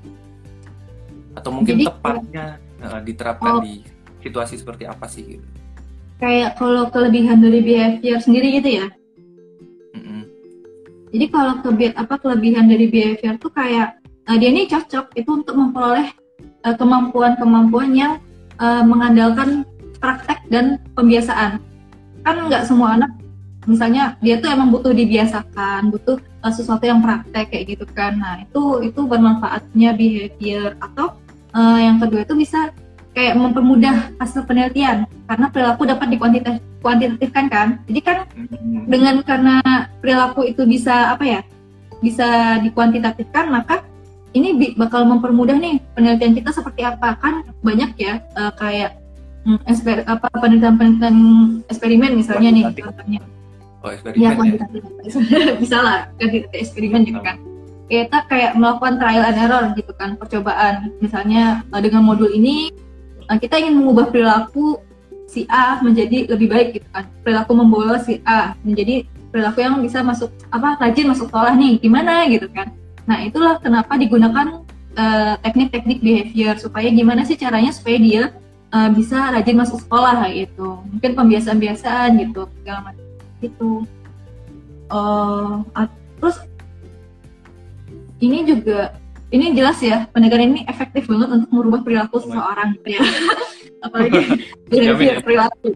atau mungkin Jadi tepatnya uh, diterapkan oh, di situasi seperti apa sih gitu? kayak kalau kelebihan dari behavior sendiri gitu ya. Mm-mm. Jadi kalau kebe apa kelebihan dari behavior tuh kayak uh, dia ini cocok itu untuk memperoleh uh, kemampuan-kemampuan yang uh, mengandalkan praktek dan pembiasaan. Kan nggak semua anak, misalnya dia tuh emang butuh dibiasakan, butuh uh, sesuatu yang praktek kayak gitu kan. Nah itu itu bermanfaatnya behavior. Atau uh, yang kedua itu bisa kayak mempermudah hasil penelitian karena perilaku dapat dikuantitatifkan kan. Jadi kan Mm-mm. dengan karena perilaku itu bisa apa ya, bisa dikuantitatifkan, maka ini bi- bakal mempermudah nih penelitian kita seperti apa. Kan banyak ya uh, kayak mm, esper, apa penelitian-penelitian eksperimen misalnya nih Kuantitatif. contohnya. Oh, Ya eksperimen ya. kuantitatif bisa lah kuantitatif eksperimen gitu kan. Kita kayak melakukan trial and error gitu kan, percobaan. Misalnya uh, dengan modul ini uh, kita ingin mengubah perilaku si A menjadi lebih baik gitu kan. Perilaku membawa si A menjadi perilaku yang bisa masuk apa rajin masuk sekolah nih, gimana gitu kan. Nah, itulah kenapa digunakan uh, teknik-teknik behavior, supaya gimana sih caranya supaya dia uh, bisa rajin masuk sekolah gitu. Mungkin pembiasaan-biasaan gitu, segala macam gitu. Uh, terus ini juga, ini jelas ya, pendekatan ini efektif banget untuk merubah perilaku seseorang gitu ya. Apalagi behavior perilaku.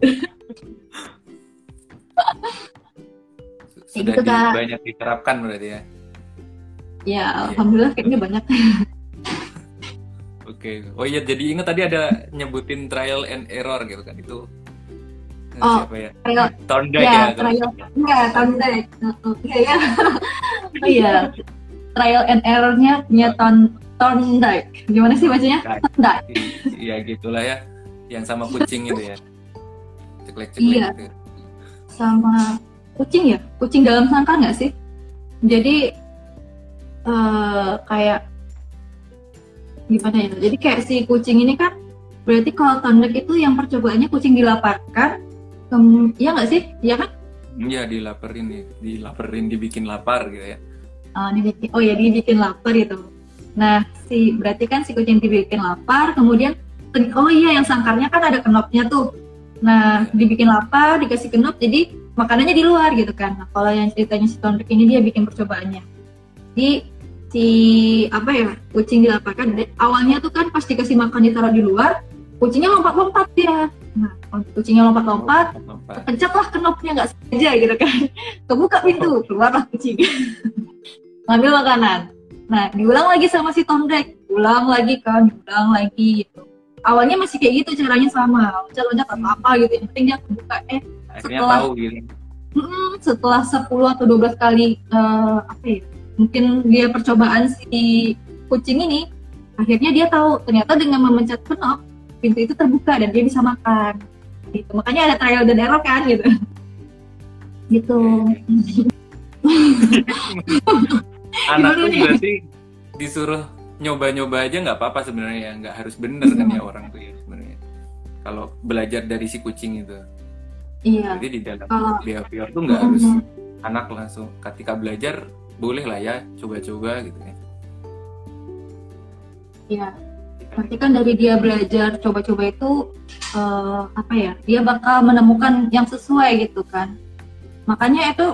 Sudah gitu, di, Kak. banyak diterapkan berarti ya. Ya, alhamdulillah kayaknya banyak. Oke. Oh iya, jadi ingat tadi ada nyebutin trial and error gitu kan, itu eh, Oh, siapa ya? trial, Thorndike ya, ya. trial, enggak, Thorndike. Iya, ya. Oh iya, trial and error-nya punya Thorn, Thorndike. Gimana sih bacanya? Thorndike. Iya gitulah ya, yang sama kucing itu ya, ceklek-ceklek Iya. gitu. Sama kucing ya, kucing dalam sangkar nggak sih? Jadi uh, kayak gimana ya? Jadi kayak si kucing ini kan berarti kalau Thorndike itu yang percobaannya kucing dilaparkan, Um, iya nggak sih? Iya kan? Iya, dilaparin nih, dilaparin, dibikin lapar gitu ya. Uh, dibikin, oh ya dibikin lapar gitu. Nah, si berarti kan si kucing dibikin lapar, kemudian oh iya yang sangkarnya kan ada kenopnya tuh. Nah, dibikin lapar, dikasih kenop, jadi makanannya di luar gitu kan. Nah, kalau yang ceritanya si Tondrek ini dia bikin percobaannya. Di si apa ya kucing dilaparkan. Awalnya tuh kan pas dikasih makan ditaruh di luar, kucingnya lompat-lompat dia. Nah, kucingnya lompat-lompat, pencetlah kenopnya nggak sengaja gitu kan. Kebuka pintu, keluarlah kucing. Ngambil makanan. Nah, diulang lagi sama si Tondrek, ulang lagi kan, ulang lagi gitu. Awalnya masih kayak gitu caranya sama, loncat-loncat atau apa gitu, yang penting dia kebuka. Eh, akhirnya setelah tahu gitu. Mm, setelah sepuluh atau dua belas kali uh, apa ya, mungkin dia percobaan si kucing ini, akhirnya dia tahu ternyata dengan memencet kenop pintu itu terbuka dan dia bisa makan. Gitu. Makanya ada trial dan error kan gitu. Gitu. Anak tuh berarti disuruh nyoba-nyoba aja nggak apa-apa sebenarnya, nggak harus bener kan ya orang tuh ya sebenarnya. Kalau belajar dari si kucing itu. Iya. Jadi di dalam uh, behavior tuh nggak uh, harus uh, anak langsung ketika belajar boleh lah ya coba-coba gitu ya. Iya. Berarti kan dari dia belajar coba-coba itu uh, apa ya? Dia bakal menemukan yang sesuai gitu kan. Makanya itu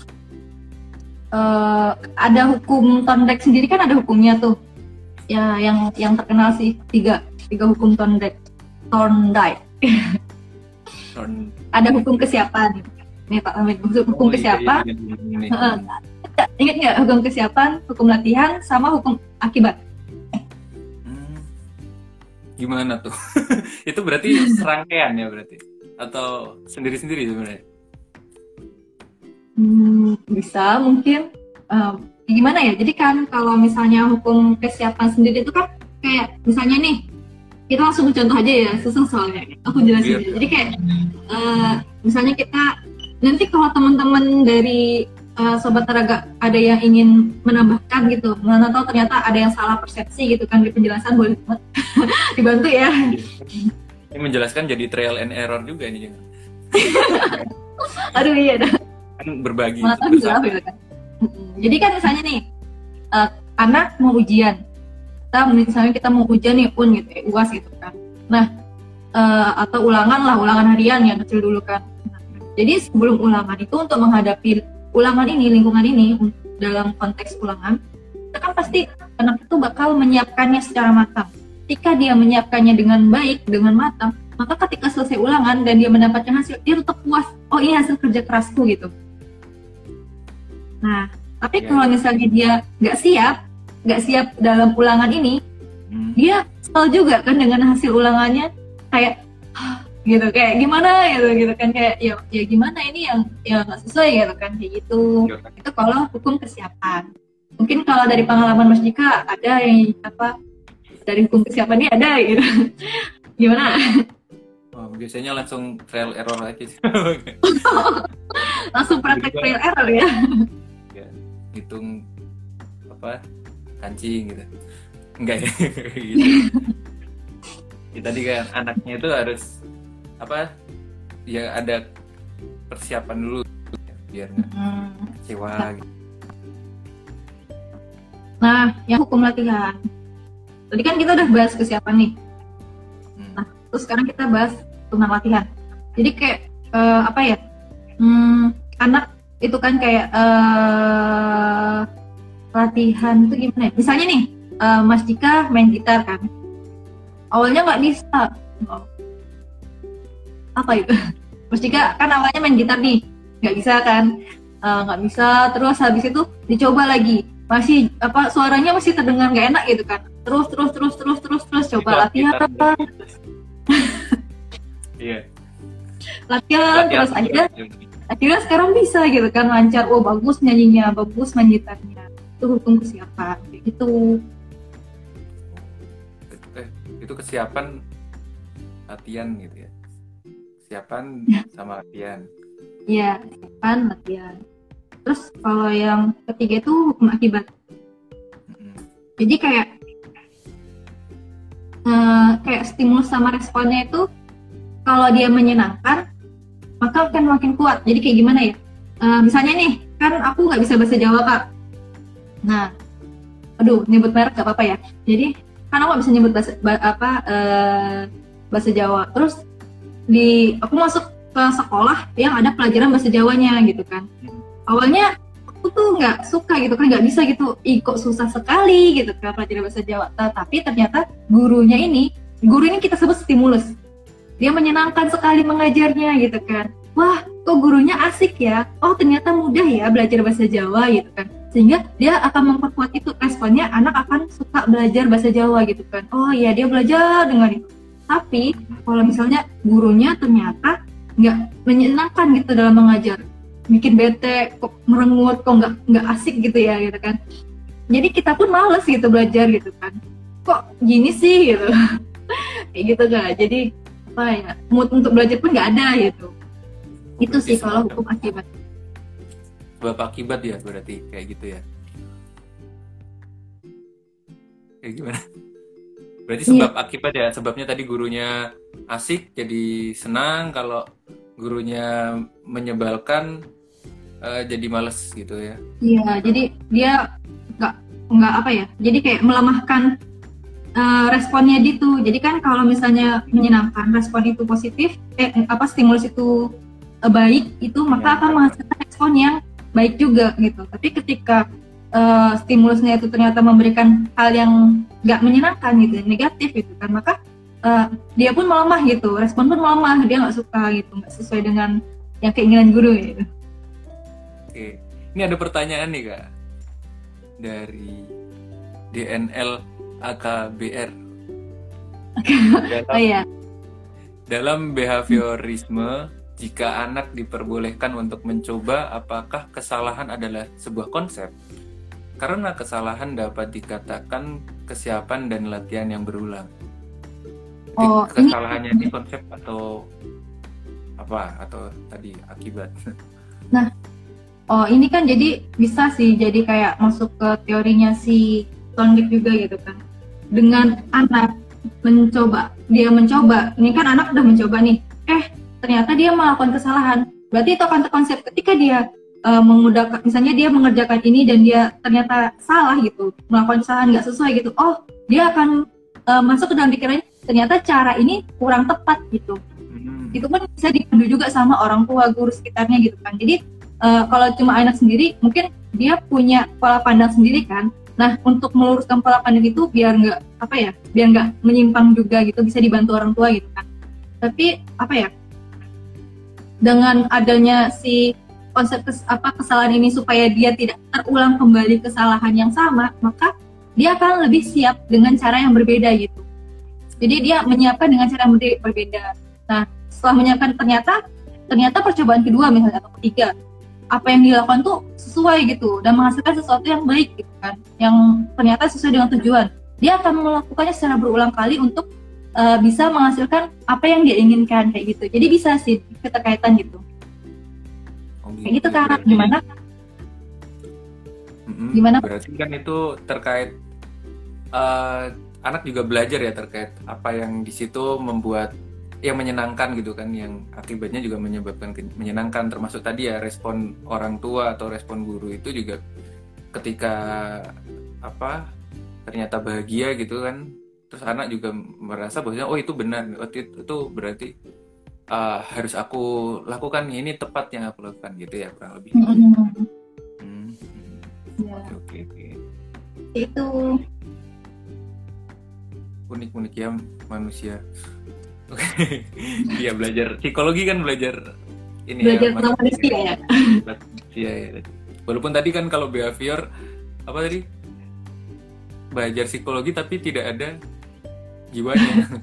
uh, ada hukum Tondrek sendiri kan ada hukumnya tuh. Ya yang yang terkenal sih tiga tiga hukum Tondrek. Thorndike. Ada hukum kesiapan. Nih Pak Hamid, hukum oh, kesiapan. Iya, iya, iya, iya. Ingat nggak hukum kesiapan, hukum latihan, sama hukum akibat? Hmm. Gimana tuh? Itu berarti serangkaian ya berarti? Atau sendiri-sendiri sebenarnya? Hmm, bisa mungkin. Uh, gimana ya? Jadi kan kalau misalnya hukum kesiapan sendiri itu kan kayak misalnya nih, kita langsung contoh aja ya, susah soalnya. Aku jelasin aja. Jadi kayak uh, misalnya kita nanti kalau teman-teman dari uh, Sobat Teraga ada yang ingin menambahkan gitu, mana tahu ternyata ada yang salah persepsi gitu kan di penjelasan, boleh banget dibantu ya. Ini menjelaskan jadi trial and error juga ini. Aduh iya dah. Kan berbagi. Bersama. Gitu kan. Jadi kan misalnya nih uh, anak mau ujian. Kita misalnya kita mau ujian nih U N gitu ya, U A S gitu kan. Nah, uh, atau ulangan lah, ulangan harian yang kecil dulu kan. Nah, jadi sebelum ulangan itu untuk menghadapi ulangan ini, lingkungan ini dalam konteks ulangan, kita kan pasti anak itu bakal menyiapkannya secara matang. Ketika dia menyiapkannya dengan baik, dengan matang, maka ketika selesai ulangan dan dia mendapatkan hasil, dia tetap puas. Oh ini hasil kerja kerasku gitu. Nah, tapi kalau misalnya dia nggak siap, nggak siap dalam ulangan ini, hmm. dia kesel juga kan dengan hasil ulangannya, kayak gitu, kayak gimana gitu gitu kan, kayak ya ya gimana ini yang ya nggak sesuai gitu kan, kayak gitu. Itu kalau hukum kesiapan. Mungkin kalau dari pengalaman Mas Dika ada yang apa dari hukum kesiapan ini ada gitu. Gimana? Oh, biasanya langsung trial error aja. Langsung praktek trial error ya. Ya, hitung apa? Kancing gitu, enggak ya gitu. Ya, tadi kan anaknya itu harus apa ya, ada persiapan dulu ya, biar nggak hmm. kecewa gitu. Nah, yang hukum latihan tadi kan kita udah bahas kesiapan nih. hmm. Nah, terus sekarang kita bahas tentang latihan. Jadi kayak uh, apa ya, hmm, anak itu kan kayak uh, latihan tuh gimana ya? Misalnya nih, uh, Mas Dika main gitar kan, awalnya nggak bisa. Oh. Apa itu? Mas Dika kan awalnya main gitar nih, nggak bisa kan? Nggak uh, bisa. Terus habis itu dicoba lagi, masih apa suaranya masih terdengar nggak enak gitu kan? Terus terus terus terus terus terus coba gitar, latihan. Iya. Latihan, latihan terus akhirnya, akhirnya sekarang bisa gitu kan, lancar. Oh bagus nyanyinya, bagus main gitarnya. Itu hukum kesiapan kayak gitu. Eh, itu kesiapan latihan gitu ya, kesiapan sama latihan. Iya, kesiapan latihan. Terus kalau yang ketiga itu hukum akibat. Mm-hmm. Jadi kayak uh, kayak stimulus sama responnya itu kalau dia menyenangkan, maka akan makin kuat. Jadi kayak gimana ya? Uh, misalnya nih, kan aku nggak bisa bahasa Jawa Kak. Nah, aduh, nyebut merek gak apa-apa ya. Jadi kan aku nggak bisa nyebut bahasa apa uh, bahasa Jawa. Terus di aku masuk ke sekolah yang ada pelajaran bahasa Jawanya gitu kan. Awalnya aku tuh nggak suka gitu kan, nggak bisa gitu. Ih, kok susah sekali gitu kan pelajaran bahasa Jawa. Tapi ternyata gurunya ini, guru ini kita sebut stimulus. Dia menyenangkan sekali mengajarnya gitu kan. Wah, kok gurunya asik ya. Oh, ternyata mudah ya belajar bahasa Jawa gitu kan. Sehingga dia akan memperkuat itu, responnya anak akan suka belajar bahasa Jawa gitu kan. Oh iya, dia belajar dengan itu. Tapi kalau misalnya gurunya ternyata nggak menyenangkan gitu dalam mengajar, bikin bete, kok merengut, kok nggak nggak asik gitu ya gitu kan. Jadi kita pun males gitu belajar gitu kan. Kok gini sih gitu. Kayak gitu kan. Jadi apa ya, mood untuk belajar pun nggak ada gitu. Itu berarti sih kalau hukum akibat. Sebab akibat ya berarti kayak gitu ya. Kayak gimana? Berarti sebab yeah. akibat ya, sebabnya tadi gurunya asik jadi senang, kalau gurunya menyebalkan uh, jadi males gitu ya. Iya, yeah, jadi dia nggak nggak apa ya, jadi kayak melemahkan uh, responnya gitu. Jadi kan kalau misalnya menyenangkan, respon itu positif, eh apa stimulus itu uh, baik, itu maka yeah, akan menghasilkan respon yang baik juga gitu. Tapi ketika Uh, stimulusnya itu ternyata memberikan hal yang nggak menyenangkan gitu, negatif gitu kan, maka uh, dia pun melemah gitu, respon pun melemah, dia nggak suka gitu, nggak sesuai dengan yang keinginan guru gitu. Oke, ini ada pertanyaan nih Kak dari D N L A K B R. Dalam, oh iya. Dalam behaviorisme, jika anak diperbolehkan untuk mencoba, apakah kesalahan adalah sebuah konsep? Karena kesalahan dapat dikatakan kesiapan dan latihan yang berulang. Jadi oh, kesalahannya ini... ini konsep atau apa? Atau tadi akibat? Nah, oh ini kan jadi bisa sih jadi kayak masuk ke teorinya si Thorndike juga gitu kan. Dengan anak mencoba, dia mencoba, ini kan anak udah mencoba nih, eh ternyata dia melakukan kesalahan. Berarti itu akan terkonsep ketika dia Uh, memudahkan, misalnya dia mengerjakan ini dan dia ternyata salah gitu, melakukan kesalahan nggak sesuai gitu, oh dia akan uh, masuk ke dalam pikirannya ternyata cara ini kurang tepat gitu. hmm. Itu pun bisa dipandu juga sama orang tua, guru sekitarnya gitu kan. Jadi uh, kalau cuma anak sendiri mungkin dia punya pola pandang sendiri kan. Nah untuk meluruskan pola pandang itu biar nggak apa ya, biar nggak menyimpang juga gitu, bisa dibantu orang tua gitu kan. Tapi apa ya, dengan adanya si konsep kes, apa kesalahan ini supaya dia tidak terulang kembali kesalahan yang sama, maka dia akan lebih siap dengan cara yang berbeda gitu. Jadi dia menyiapkan dengan cara yang berbeda. Nah, setelah menyiapkan ternyata ternyata percobaan kedua misalnya atau ketiga, apa yang dilakukan tuh sesuai gitu dan menghasilkan sesuatu yang baik gitu kan, yang ternyata sesuai dengan tujuan. Dia akan melakukannya secara berulang kali untuk uh, bisa menghasilkan apa yang dia inginkan kayak gitu. Jadi bisa sih keterkaitan gitu. Kayak gitu Kak, gimana? Mm-hmm. Gimana? Berarti kan itu terkait uh, anak juga belajar ya terkait apa yang di situ membuat yang menyenangkan gitu kan, yang akibatnya juga menyebabkan menyenangkan, termasuk tadi ya respon orang tua atau respon guru itu juga ketika apa ternyata bahagia gitu kan, terus anak juga merasa bahwa oh itu benar, oh itu, itu berarti Uh, harus aku lakukan, ini tepat yang aku lakukan gitu ya kurang lebih. Mm-hmm. Hmm. Ya. Oke oke oke. Itu unik-unik ya manusia. Oke. Iya belajar psikologi kan belajar ini belajar ya. Belajar manusia ya. Iya ya. Walaupun tadi kan kalau behavior apa tadi belajar psikologi tapi tidak ada jiwanya.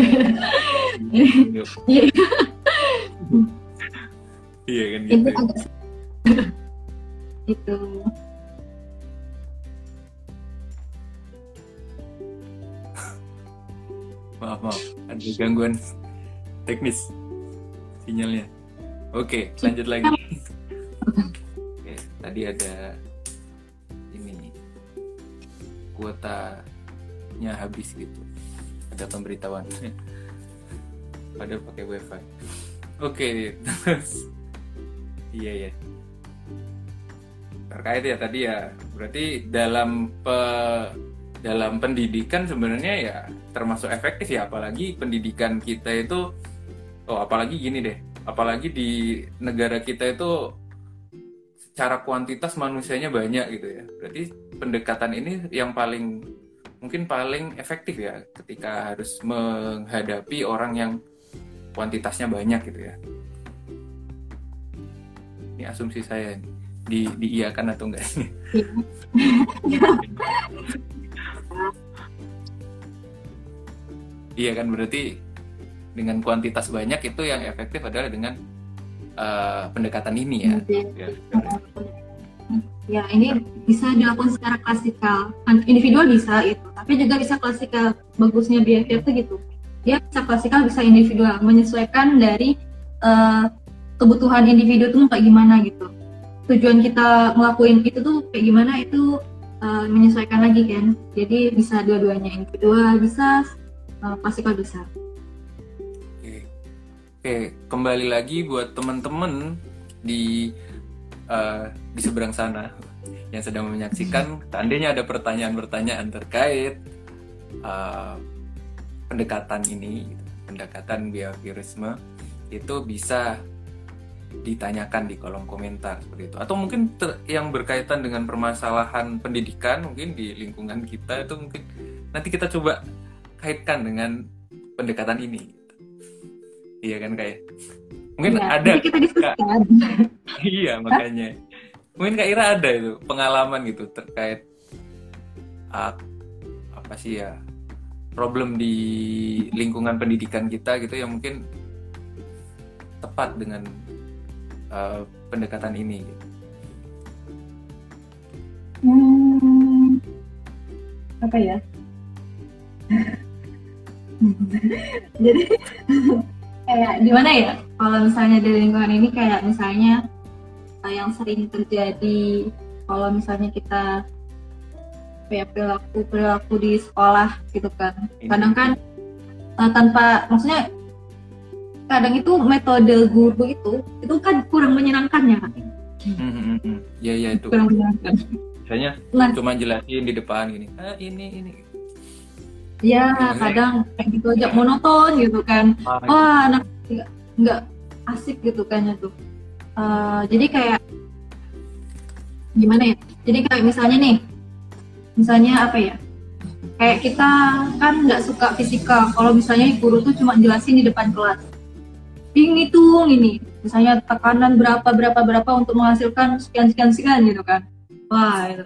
Iya kan gitu. Itu agak itu. Maaf maaf, ada gangguan teknis sinyalnya. Oke, lanjut lagi. Oke, tadi ada ini kuotanya habis gitu. Ada pemberitahuan. Padahal pakai wifi. Oke, terus iya ya. Terkait ya tadi ya, berarti dalam pe, dalam pendidikan sebenarnya ya termasuk efektif ya, apalagi pendidikan kita itu, oh apalagi gini deh, apalagi di negara kita itu secara kuantitas manusianya banyak gitu ya. Berarti pendekatan ini yang paling mungkin paling efektif ya ketika harus menghadapi orang yang kuantitasnya banyak gitu ya. Ini asumsi saya nih. Di diiyakan atau enggak ini? Iya kan, berarti dengan kuantitas banyak itu yang efektif adalah dengan uh, pendekatan ini ya. Ya, ya ini bisa dilakukan secara klasikal, individual bisa itu, tapi juga bisa klasikal. Bagusnya behavior itu gitu, dia bisa klasikal bisa individual, menyesuaikan dari uh, kebutuhan individu itu kayak gimana gitu. Tujuan kita ngelakuin itu tuh kayak gimana itu uh, menyesuaikan lagi kan. Jadi bisa dua-duanya, individual bisa, uh, klasikal bisa. Oke. Oke, kembali lagi buat teman-teman di uh, di seberang sana yang sedang menyaksikan, seandainya ada pertanyaan-pertanyaan terkait uh, pendekatan ini, pendekatan behaviorisme, itu bisa ditanyakan di kolom komentar seperti itu, atau mungkin ter- yang berkaitan dengan permasalahan pendidikan mungkin di lingkungan kita itu mungkin nanti kita coba kaitkan dengan pendekatan ini, iya kan kayak mungkin ya, ada kita diskusikan. Iya makanya mungkin Kak Ira ada itu pengalaman gitu terkait uh, apa sih ya problem di lingkungan pendidikan kita gitu yang mungkin tepat dengan Uh, pendekatan ini gitu. Hmm, apa ya? Jadi kayak gimana ya? Kalau misalnya di lingkungan ini kayak misalnya yang sering terjadi kalau misalnya kita kayak perilaku perilaku di sekolah gitu kan. Kadang kan uh, tanpa maksudnya kadang itu metode guru itu itu kan kurang menyenangkan ya kan? Hmm, hmm, ya ya itu. Kurang menyenangkan. Misalnya nah, cuma jelasin di depan gini, ah ini ini. Ya ya kadang kayak gitu aja monoton gitu kan. Ah, wah anak nggak nggak asik gitu kan itu. Uh, jadi kayak gimana ya? Jadi kayak misalnya nih, misalnya apa ya? Kayak kita kan nggak suka fisika. Kalau misalnya guru tuh cuma jelasin di depan kelas. Hitung ini, misalnya tekanan berapa berapa berapa untuk menghasilkan sekian sekian sekian gitu kan, wah itu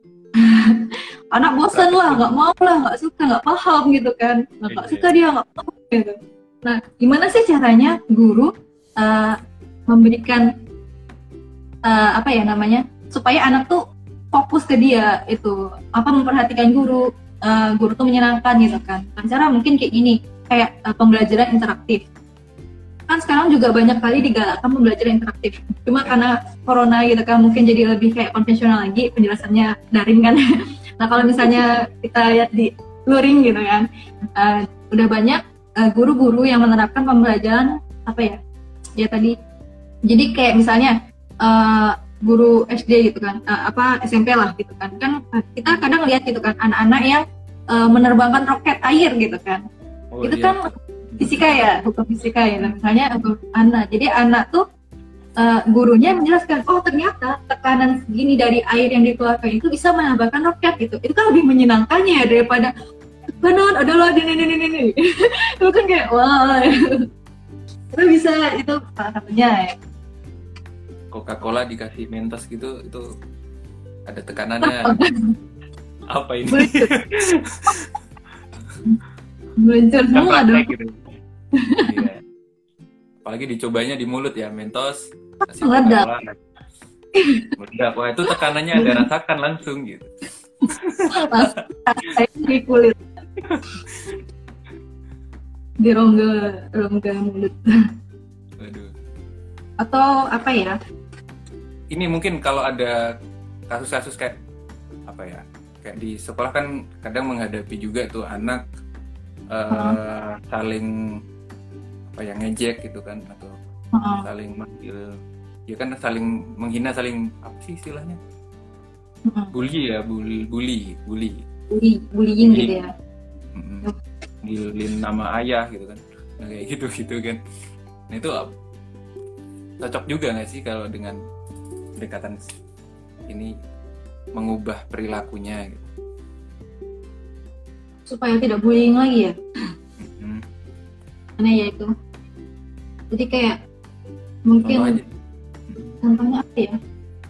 anak bosan lah, nggak mau lah, nggak suka, nggak paham gitu kan, nggak suka dia nggak paham gitu. Nah, gimana sih caranya guru uh, memberikan uh, apa ya namanya supaya anak tuh fokus ke dia itu, apa memperhatikan guru, uh, guru tuh menyenangkan gitu kan. Nah, cara mungkin kayak gini, kayak uh, pembelajaran interaktif. Kan sekarang juga banyak kali digalakkan pembelajaran interaktif. Cuma karena corona gitu kan mungkin jadi lebih kayak konvensional lagi penjelasannya daring kan. Nah kalau misalnya kita lihat di luring gitu kan, uh, udah banyak uh, guru-guru yang menerapkan pembelajaran apa ya? Ya tadi. Jadi kayak misalnya uh, guru S D gitu kan, uh, apa S M P lah gitu kan. Kan kita kadang lihat gitu kan anak-anak yang uh, menerbangkan roket air gitu kan. Oh, itu iya. Kan fisika ya, hukum fisika ya. Nah, misalnya untuk anak, jadi anak tuh uh, gurunya menjelaskan, oh ternyata tekanan segini dari air yang dikeluarkan itu bisa menambahkan roket gitu. Itu kan lebih menyenangkannya daripada tekanan adalah ini ini ini ini. Itu kan kayak wah, itu bisa itu salah satunya ya. Coca-Cola dikasih Mentos gitu, itu ada tekanannya. Apa ini? Meluncur semua dong. Gitu. Iya. Apalagi dicobanya di mulut ya, Mentos. Meledak. Meledak. Wah itu tekanannya ada rasakan langsung gitu. Saya di kulit. Di rongga rongga mulut. Waduh. Atau apa ya? Ini mungkin kalau ada kasus-kasus kayak apa ya? Kayak di sekolah kan kadang menghadapi juga tuh anak uh, uh. saling apa ya ngejek gitu kan atau Uh-uh. saling manggil, ya kan saling menghina, saling apa sih istilahnya? Uh-uh. Bully ya, bully, bully, bully. Bully, bullying gitu ya. Mm-mm. Ngilin nama ayah gitu kan, nah, kayak gitu gitu kan. Nah itu cocok juga nggak sih kalau dengan pendekatan ini mengubah perilakunya gitu? Supaya tidak bullying lagi ya. Mm-hmm. Karena ya itu. Jadi kayak mungkin Contoh aja. contohnya apa ya?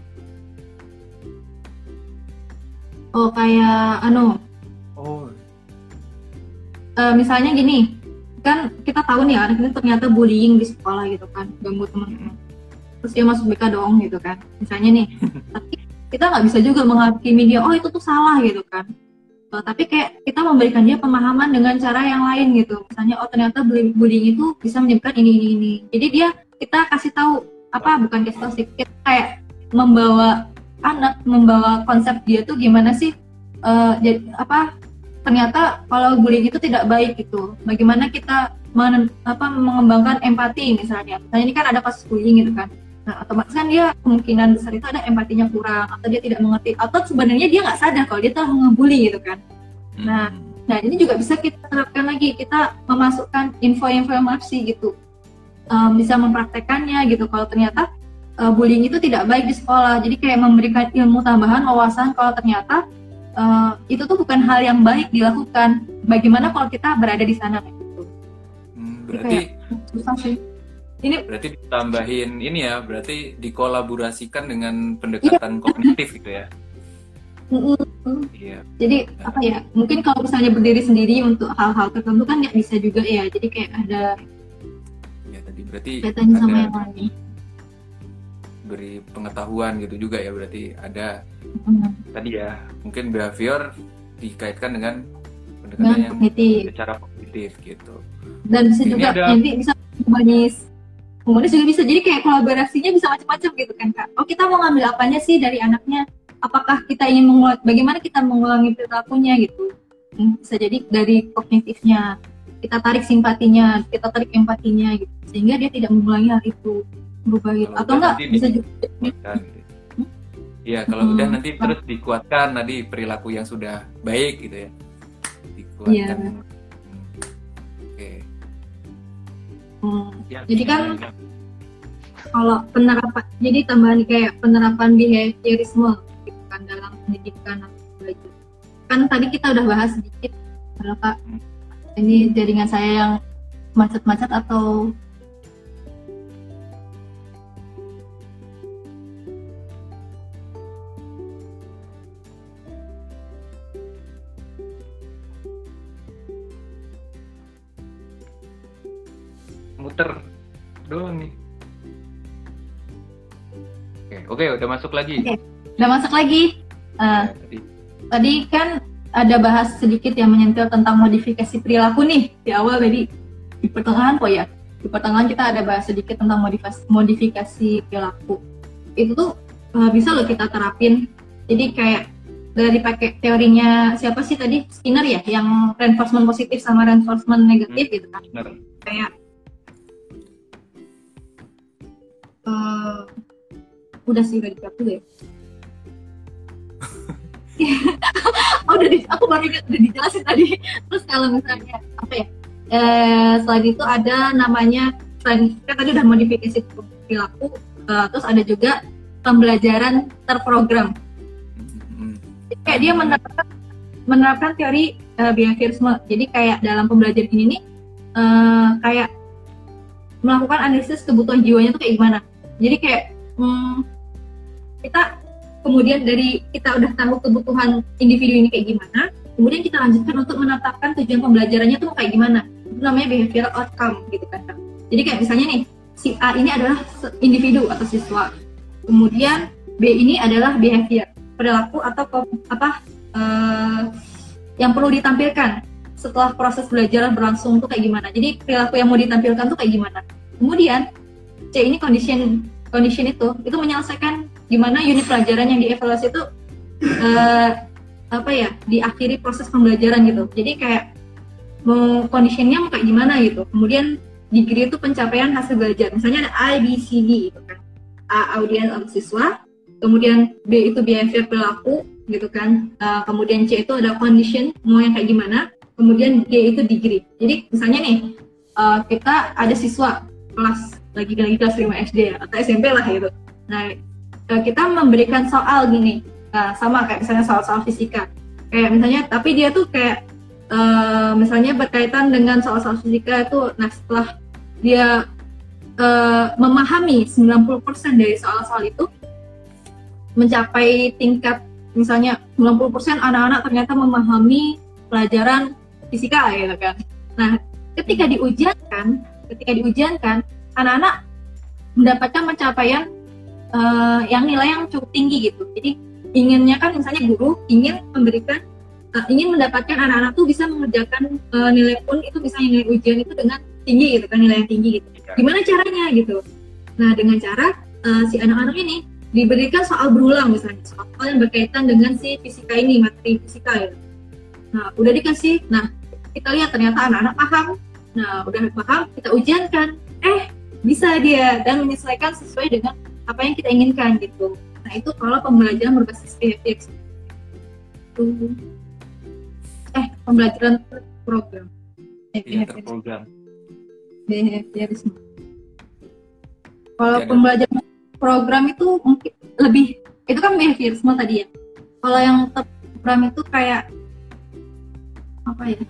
Oh kayak anu. Oh. Uh, misalnya gini, kan kita tahu nih anak ini ternyata bullying di sekolah gitu kan, ganggu teman-teman. Terus dia masuk B K dong gitu kan, misalnya nih. Tapi kita nggak bisa juga menghakimi dia, oh itu tuh salah gitu kan. Uh, tapi kayak kita memberikan dia pemahaman dengan cara yang lain gitu. Misalnya, oh ternyata bullying itu bisa menyebabkan ini ini ini. Jadi dia kita kasih tahu apa bukan kasih tahu sih, kita kayak membawa anak, membawa konsep dia tuh gimana sih, uh, jadi apa? Ternyata kalau bullying itu tidak baik gitu. Bagaimana kita men, apa, mengembangkan empati misalnya. Misalnya ini kan ada kasus bullying gitu kan. Nah, otomatis kan dia kemungkinan besar itu ada empatinya kurang atau dia tidak mengerti atau sebenarnya dia nggak sadar kalau dia telah ngebully gitu kan. Nah, hmm. nah ini juga bisa kita terapkan lagi. Kita memasukkan info-informasi gitu. Um, bisa mempraktekannya gitu. Kalau ternyata uh, bullying itu tidak baik di sekolah. Jadi kayak memberikan ilmu tambahan, wawasan kalau ternyata Uh, itu tuh bukan hal yang baik dilakukan. Bagaimana kalau kita berada di sana gitu? Hmm, berarti susah sih. Ini berarti ditambahin ini ya, berarti dikolaborasikan dengan pendekatan iya. kognitif gitu ya. Mm-hmm. Iya. Jadi nah. apa ya? Mungkin kalau misalnya berdiri sendiri untuk hal-hal tertentu kan nggak bisa juga ya. Jadi kayak ada. Ya tadi berarti kaitannya ada sama yang lain. Beri pengetahuan gitu juga ya, berarti ada hmm. tadi ya mungkin behavior dikaitkan dengan pendekatan yang kognitif. secara kognitif gitu. Dan bisa ini juga ada... nanti bisa humanis, humanis juga bisa. Jadi kayak kolaborasinya bisa macam-macam gitu kan kak. Oh kita mau ngambil apanya sih dari anaknya? Apakah kita ingin mengulang, bagaimana kita mengulangi perilakunya gitu? Bisa jadi dari kognitifnya kita tarik simpatinya, kita tarik empatinya gitu, sehingga dia tidak mengulangi hal itu. Berubah gitu. Atau enggak bisa juga iya kalau hmm. udah nanti terus dikuatkan tadi perilaku yang sudah baik gitu ya, dikuatkan. Iya. hmm. oke okay. hmm. ya, jadi kan ya. Kalau penerapan, jadi tambahan kayak penerapan behaviorisme gitu kan dalam pendidikan atau belajar kan tadi kita udah bahas sedikit kalau kak hmm. ini jaringan saya yang macet-macet atau muter doang nih. Oke, oke, udah masuk lagi. Oke, udah masuk lagi. Uh, ya, tadi. tadi kan ada bahas sedikit yang menyentuh tentang modifikasi perilaku nih di awal tadi di pertengahan kok ya. Di pertengahan kita ada bahas sedikit tentang modifikasi, modifikasi perilaku. Itu tuh uh, bisa loh kita terapin. Jadi kayak dari pakai teorinya siapa sih tadi Skinner ya, yang reinforcement positif sama reinforcement negatif hmm. gitu kan. Benar. Kayak Uh, udah sih udah dijawab dulu ya. oh udah di, aku baru ingat udah dijelasin tadi. Terus kalau misalnya apa ya? Eh, selain itu ada namanya selain kan tadi udah modifikasi perilaku, uh, terus ada juga pembelajaran terprogram. Jadi kayak dia menerapkan menerapkan teori uh, behaviorisme. Jadi kayak dalam pembelajaran ini nih uh, kayak melakukan analisis kebutuhan jiwanya tuh kayak gimana. Jadi kayak hmm, kita kemudian dari kita udah tahu kebutuhan individu ini kayak gimana, kemudian kita lanjutkan untuk menetapkan tujuan pembelajarannya tuh kayak gimana. Itu namanya behavioral outcome gitu kan. Jadi kayak misalnya nih, si A ini adalah individu atau siswa. Kemudian B ini adalah behavior, perilaku atau apa uh, yang perlu ditampilkan setelah proses belajar berlangsung tuh kayak gimana. Jadi perilaku yang mau ditampilkan tuh kayak gimana. Kemudian C ini condition condition itu itu menyelesaikan gimana unit pelajaran yang dievaluasi itu uh, apa ya diakhiri proses pembelajaran gitu. Jadi kayak mau conditionnya mau kayak gimana gitu. Kemudian degree itu pencapaian hasil belajar. Misalnya ada A, B, C, D gitu kan. A audiens atau siswa, kemudian B itu behavior perilaku gitu kan. Uh, kemudian C itu ada condition mau yang kayak gimana. Kemudian D itu degree. Jadi misalnya nih uh, kita ada siswa kelas lagi lagi kelas lima S D atau S M P lah gitu. Nah, uh, kita memberikan soal gini. Nah, sama kayak misalnya soal-soal fisika. Kayak misalnya tapi dia tuh kayak Uh, misalnya berkaitan dengan soal-soal fisika itu, nah setelah dia uh, memahami sembilan puluh persen dari soal-soal itu, mencapai tingkat misalnya sembilan puluh persen anak-anak ternyata memahami pelajaran fisika gitu kan. Nah, ketika diujiankan, ketika diujiankan, anak-anak mendapatkan pencapaian uh, yang nilai yang cukup tinggi gitu. Jadi inginnya kan misalnya guru ingin memberikan Uh, ingin mendapatkan anak-anak tuh bisa mengerjakan uh, nilai pun itu bisa nilai ujian itu dengan tinggi gitu kan, nilai yang tinggi gitu. Gimana caranya gitu? Nah, dengan cara uh, si anak-anak ini diberikan soal berulang misalnya, soal yang berkaitan dengan si fisika ini, materi fisika ya. Nah, udah dikasih, nah kita lihat ternyata anak-anak paham. Nah, udah paham, kita ujiankan. Eh, bisa dia dan menyesuaikan sesuai dengan apa yang kita inginkan gitu. Nah, itu kalau pembelajaran berbasis behavior. Tuh. Eh, pembelajaran program. Iya, terprogram. Behaviorisme. Kalau pembelajaran program itu mungkin lebih, itu kan behaviorisme tadi ya. Kalau yang terprogram itu kayak apa ya?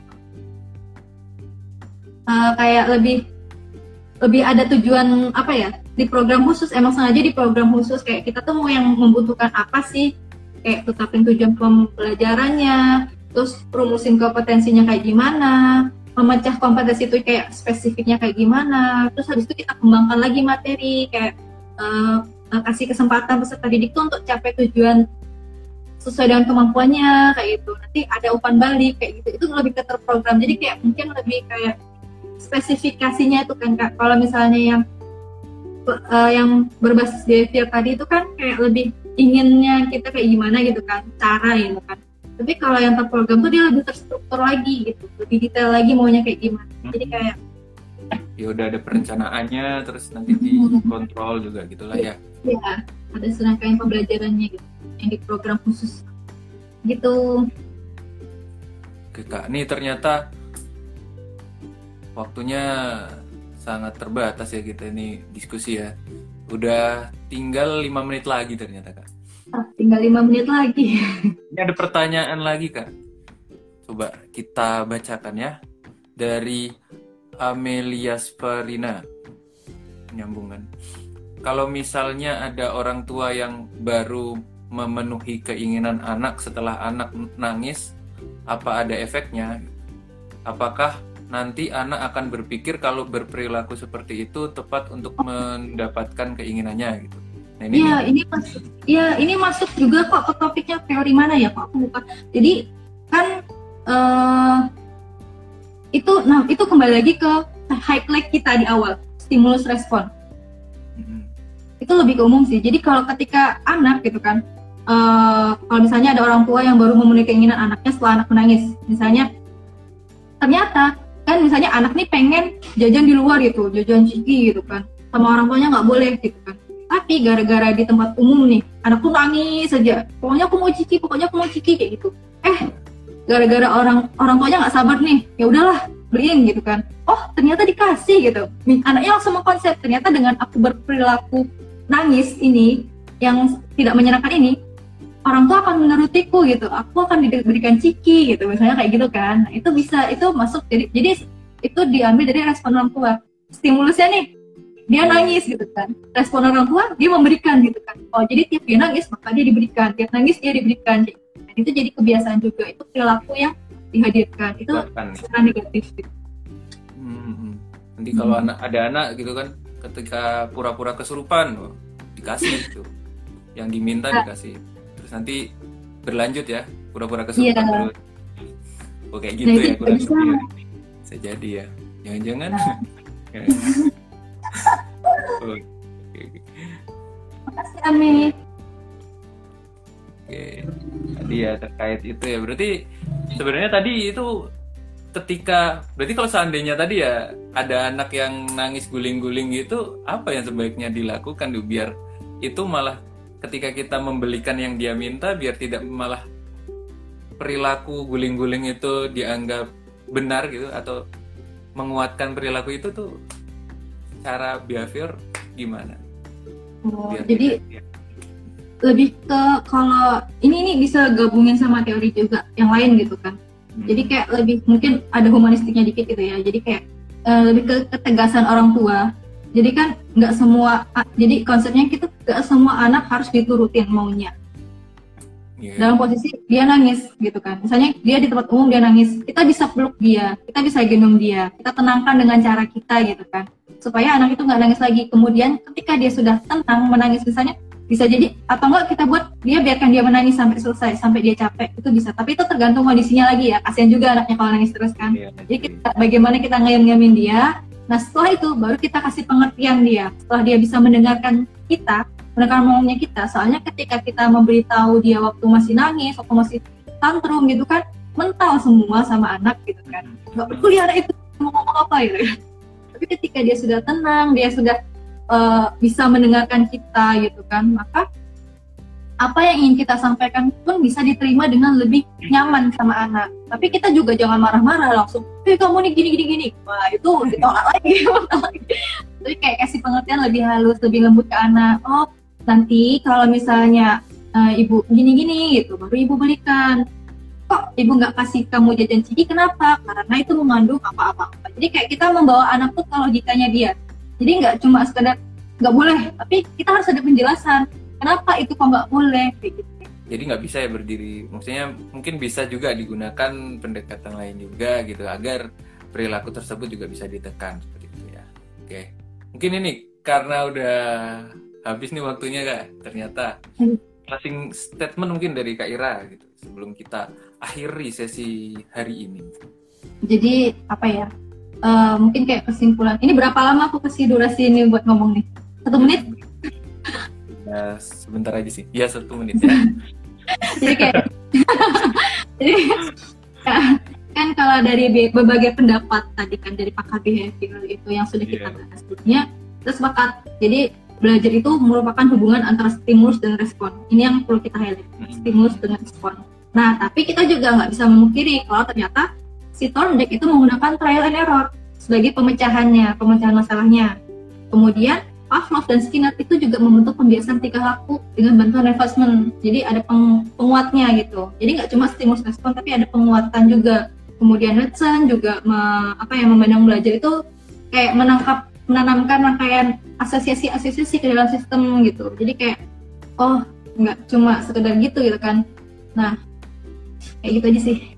Uh, kayak lebih lebih ada tujuan apa ya? Di program khusus, emang sengaja di program khusus kayak kita tuh mau yang membutuhkan apa sih? Kayak tetapin tujuan pembelajarannya, terus rumusin kompetensinya kayak gimana, memecah kompetensi itu kayak spesifiknya kayak gimana, terus habis itu kita kembangkan lagi materi kayak uh, kasih kesempatan peserta didik tuh untuk capai tujuan sesuai dengan kemampuannya kayak gitu. Nanti ada umpan balik kayak gitu, itu lebih ke terprogram. Jadi kayak mungkin lebih kayak spesifikasinya itu kan Kak. Kalau misalnya yang uh, yang berbasis behavior tadi itu kan kayak lebih inginnya kita kayak gimana gitu kan, cara gitu kan. Tapi kalau yang terprogram tuh dia lebih terstruktur lagi gitu, lebih detail lagi maunya kayak gimana. Jadi kayak ya udah ada perencanaannya, terus nanti dikontrol juga gitulah ya. Iya, ada serangkaian pembelajarannya gitu, yang di program khusus gitu. Oke Kak, nih ternyata waktunya sangat terbatas ya kita ini diskusi ya. Udah tinggal lima menit lagi ternyata Kak. Ah, tinggal lima menit lagi. Ini ada pertanyaan lagi Kak. Coba kita bacakan ya. Dari Amelia Sparina. Nyambungan. Kalau misalnya ada orang tua yang baru memenuhi keinginan anak setelah anak nangis, apa ada efeknya? Apakah nanti anak akan berpikir kalau berperilaku seperti itu tepat untuk mendapatkan keinginannya gitu? Nah, ini ya, ini masuk, ya ini masuk juga kok ke topiknya teori mana ya kok aku lupa. Jadi kan uh, itu, nah itu kembali lagi ke highlight kita di awal, stimulus respon. Mm-hmm. Itu lebih ke umum sih. Jadi kalau ketika anak gitu kan, uh, kalau misalnya ada orang tua yang baru memenuhi keinginan anaknya setelah anak menangis, misalnya ternyata kan misalnya anak nih pengen jajan di luar gitu, jajan ciki gitu kan, sama orang tuanya nggak boleh gitu kan. Tapi gara-gara di tempat umum nih, anak tuh nangis saja. Pokoknya aku mau ciki, pokoknya aku mau ciki kayak gitu. Eh, gara-gara orang orang tuanya nggak sabar nih, ya udahlah beliin gitu kan. Oh, ternyata dikasih gitu. Anaknya langsung mengkonsep, ternyata dengan aku berperilaku nangis ini yang tidak menyenangkan ini, orang tua akan menurutiku gitu. Aku akan diberikan ciki gitu, misalnya kayak gitu kan. Nah, itu bisa, itu masuk jadi jadi itu diambil dari respon orang tua. Stimulusnya nih, dia nangis gitu kan, respon orang tua dia memberikan gitu kan. Oh jadi tiap dia nangis maka dia diberikan, tiap nangis dia diberikan. Dan itu jadi kebiasaan juga, itu perilaku yang dihadirkan, itu secara negatif gitu. Hmm, nanti kalau hmm. anak ada anak gitu kan, ketika pura-pura kesurupan oh, dikasih gitu, yang diminta nah. dikasih, terus nanti berlanjut ya pura-pura kesurupan yeah. terus. Oh kayak gitu nah, ya kurang lebih ya. Bisa jadi ya, jangan-jangan. Nah. Oke. Makasih Ami. Oke, tadi ya terkait itu ya. Berarti sebenarnya tadi itu ketika berarti kalau seandainya tadi ya ada anak yang nangis guling-guling gitu, apa yang sebaiknya dilakukan tuh biar itu malah ketika kita membelikan yang dia minta biar tidak malah perilaku guling-guling itu dianggap benar gitu atau menguatkan perilaku itu tuh cara behavior gimana? Oh, jadi lebih ke kalau ini ini bisa gabungin sama teori juga yang lain gitu kan. Hmm. Jadi kayak lebih mungkin ada humanistiknya dikit gitu ya. Jadi kayak uh, lebih ke ketegasan orang tua. Jadi kan nggak semua, jadi konsepnya kita nggak semua anak harus diturutin maunya. Yeah. Dalam posisi dia nangis gitu kan, misalnya dia di tempat umum dia nangis, kita bisa peluk dia, kita bisa gendong dia, kita tenangkan dengan cara kita gitu kan, supaya anak itu nggak nangis lagi. Kemudian ketika dia sudah tenang menangis misalnya, bisa jadi atau enggak kita buat dia biarkan dia menangis sampai selesai, sampai dia capek, itu bisa. Tapi itu tergantung kondisinya lagi ya, kasihan juga anaknya kalau nangis terus kan. Yeah. Jadi kita, bagaimana kita ngayam-ngayamin dia. Nah setelah itu baru kita kasih pengertian dia, setelah dia bisa mendengarkan kita, mendengar maunya kita. Soalnya ketika kita memberitahu dia waktu masih nangis, waktu masih tantrum gitu kan, mental semua sama anak gitu kan, nggak peduli anak itu mau ngomong apa gitu kan. Tapi ketika dia sudah tenang, dia sudah uh, bisa mendengarkan kita gitu kan, maka apa yang ingin kita sampaikan pun bisa diterima dengan lebih nyaman sama anak. Tapi kita juga jangan marah-marah langsung, eh kamu nih gini gini gini, wah itu ditolak lagi. Jadi kayak kasih pengertian lebih halus, lebih lembut ke anak. Oh nanti kalau misalnya uh, ibu gini-gini gitu, baru ibu belikan. Kok ibu nggak kasih kamu jajan ciki, kenapa? Karena itu mengandung apa-apa. Jadi kayak kita membawa anak tuh ke logikanya dia. Jadi nggak cuma sekedar nggak boleh, tapi kita harus ada penjelasan. Kenapa itu kok nggak boleh? Kayak gitu. Jadi nggak bisa ya berdiri. Maksudnya mungkin bisa juga digunakan pendekatan lain juga gitu, agar perilaku tersebut juga bisa ditekan seperti itu ya. Oke, mungkin ini karena udah habis nih waktunya Kak, ternyata closing statement mungkin dari Kak Ira gitu sebelum kita akhiri sesi hari ini. Jadi apa ya, uh, mungkin kayak kesimpulan, ini berapa lama aku kasih durasi ini buat ngomong nih? Satu menit? Ya sebentar aja sih, ya satu menit ya. Jadi kayak jadi kan kalau dari berbagai pendapat tadi kan dari pakar behavior itu yang sudah kita bahas sebelumnya, kita sepakat jadi belajar itu merupakan hubungan antara stimulus dan respon. Ini yang perlu kita highlight, stimulus dengan respon. Nah, tapi kita juga nggak bisa memungkiri kalau ternyata si Thorndike itu menggunakan trial and error sebagai pemecahannya, pemecahan masalahnya. Kemudian Pavlov dan Skinner itu juga membentuk pembiasaan tingkah laku dengan bantuan reinforcement. Jadi ada peng- penguatnya gitu. Jadi nggak cuma stimulus respon, tapi ada penguatan juga. Kemudian Watson juga me, apa yang memandang belajar itu kayak menangkap menanamkan rangkaian asosiasi-asosiasi ke dalam sistem gitu. Jadi kayak oh nggak cuma sekedar gitu gitu kan. Nah kayak gitu aja sih.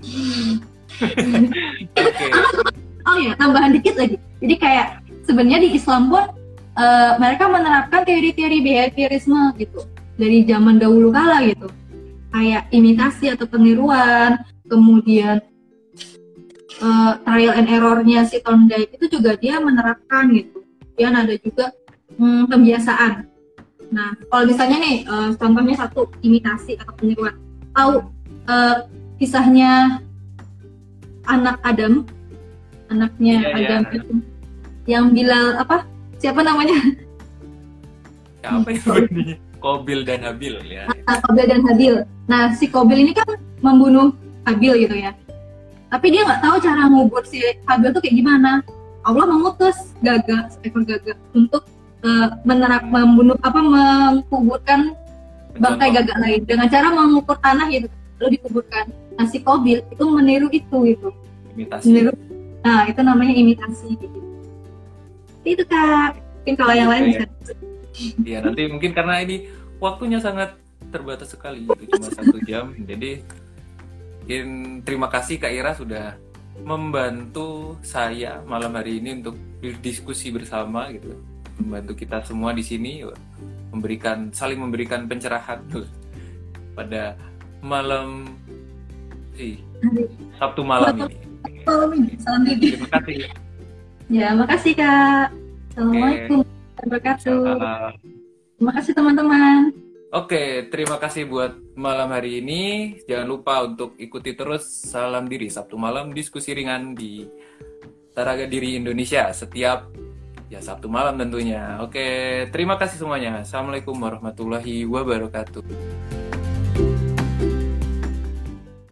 Okay. Oh ya tambahan dikit lagi. Jadi kayak sebenarnya di Islam pun uh, mereka menerapkan teori-teori behaviorisme gitu dari zaman dahulu kala gitu. Kayak imitasi atau peniruan, kemudian Uh, trial and error-nya si Thorndike itu juga dia menerapkan gitu. Kemudian ada juga hmm, pembiasaan. Nah, kalau misalnya nih uh, contohnya satu imitasi atau peniruan. Tahu uh, kisahnya anak Adam, anaknya yeah, Adam yeah. itu yang Bilal apa? Siapa namanya? Siapa itu? Qabil dan Habil ya. Nah, Qabil dan Habil. Nah, si Qabil ini kan membunuh Habil gitu ya. Tapi dia nggak tahu cara ngubur si Habil tuh kayak gimana. Allah mengutus gagak, seekor gagak untuk uh, menerap, membunuh apa, menguburkan bangkai gagak lain dengan cara mengukur tanah gitu, lalu dikuburkan. Nah si Qabil itu meniru itu gitu. Imitasi. Meniru. Nah itu namanya imitasi gitu. Itu Kak. Mungkin kalau yang lain bisa. Iya nanti mungkin karena ini waktunya sangat terbatas sekali, itu cuma satu jam, jadi mungkin terima kasih Kak Ira sudah membantu saya malam hari ini untuk berdiskusi bersama gitu, membantu kita semua di sini, memberikan saling memberikan pencerahan tuh pada malam sih Sabtu malam ini. Salam bibi. Terima kasih. Ya, makasih Kak. Assalamualaikum warahmatullahi wabarakatuh. Terima kasih teman-teman. Oke, terima kasih buat malam hari ini. Jangan lupa untuk ikuti terus Salam Diri Sabtu malam diskusi ringan di Taraga Diri Indonesia setiap ya Sabtu malam tentunya. Oke, terima kasih semuanya. Assalamualaikum warahmatullahi wabarakatuh.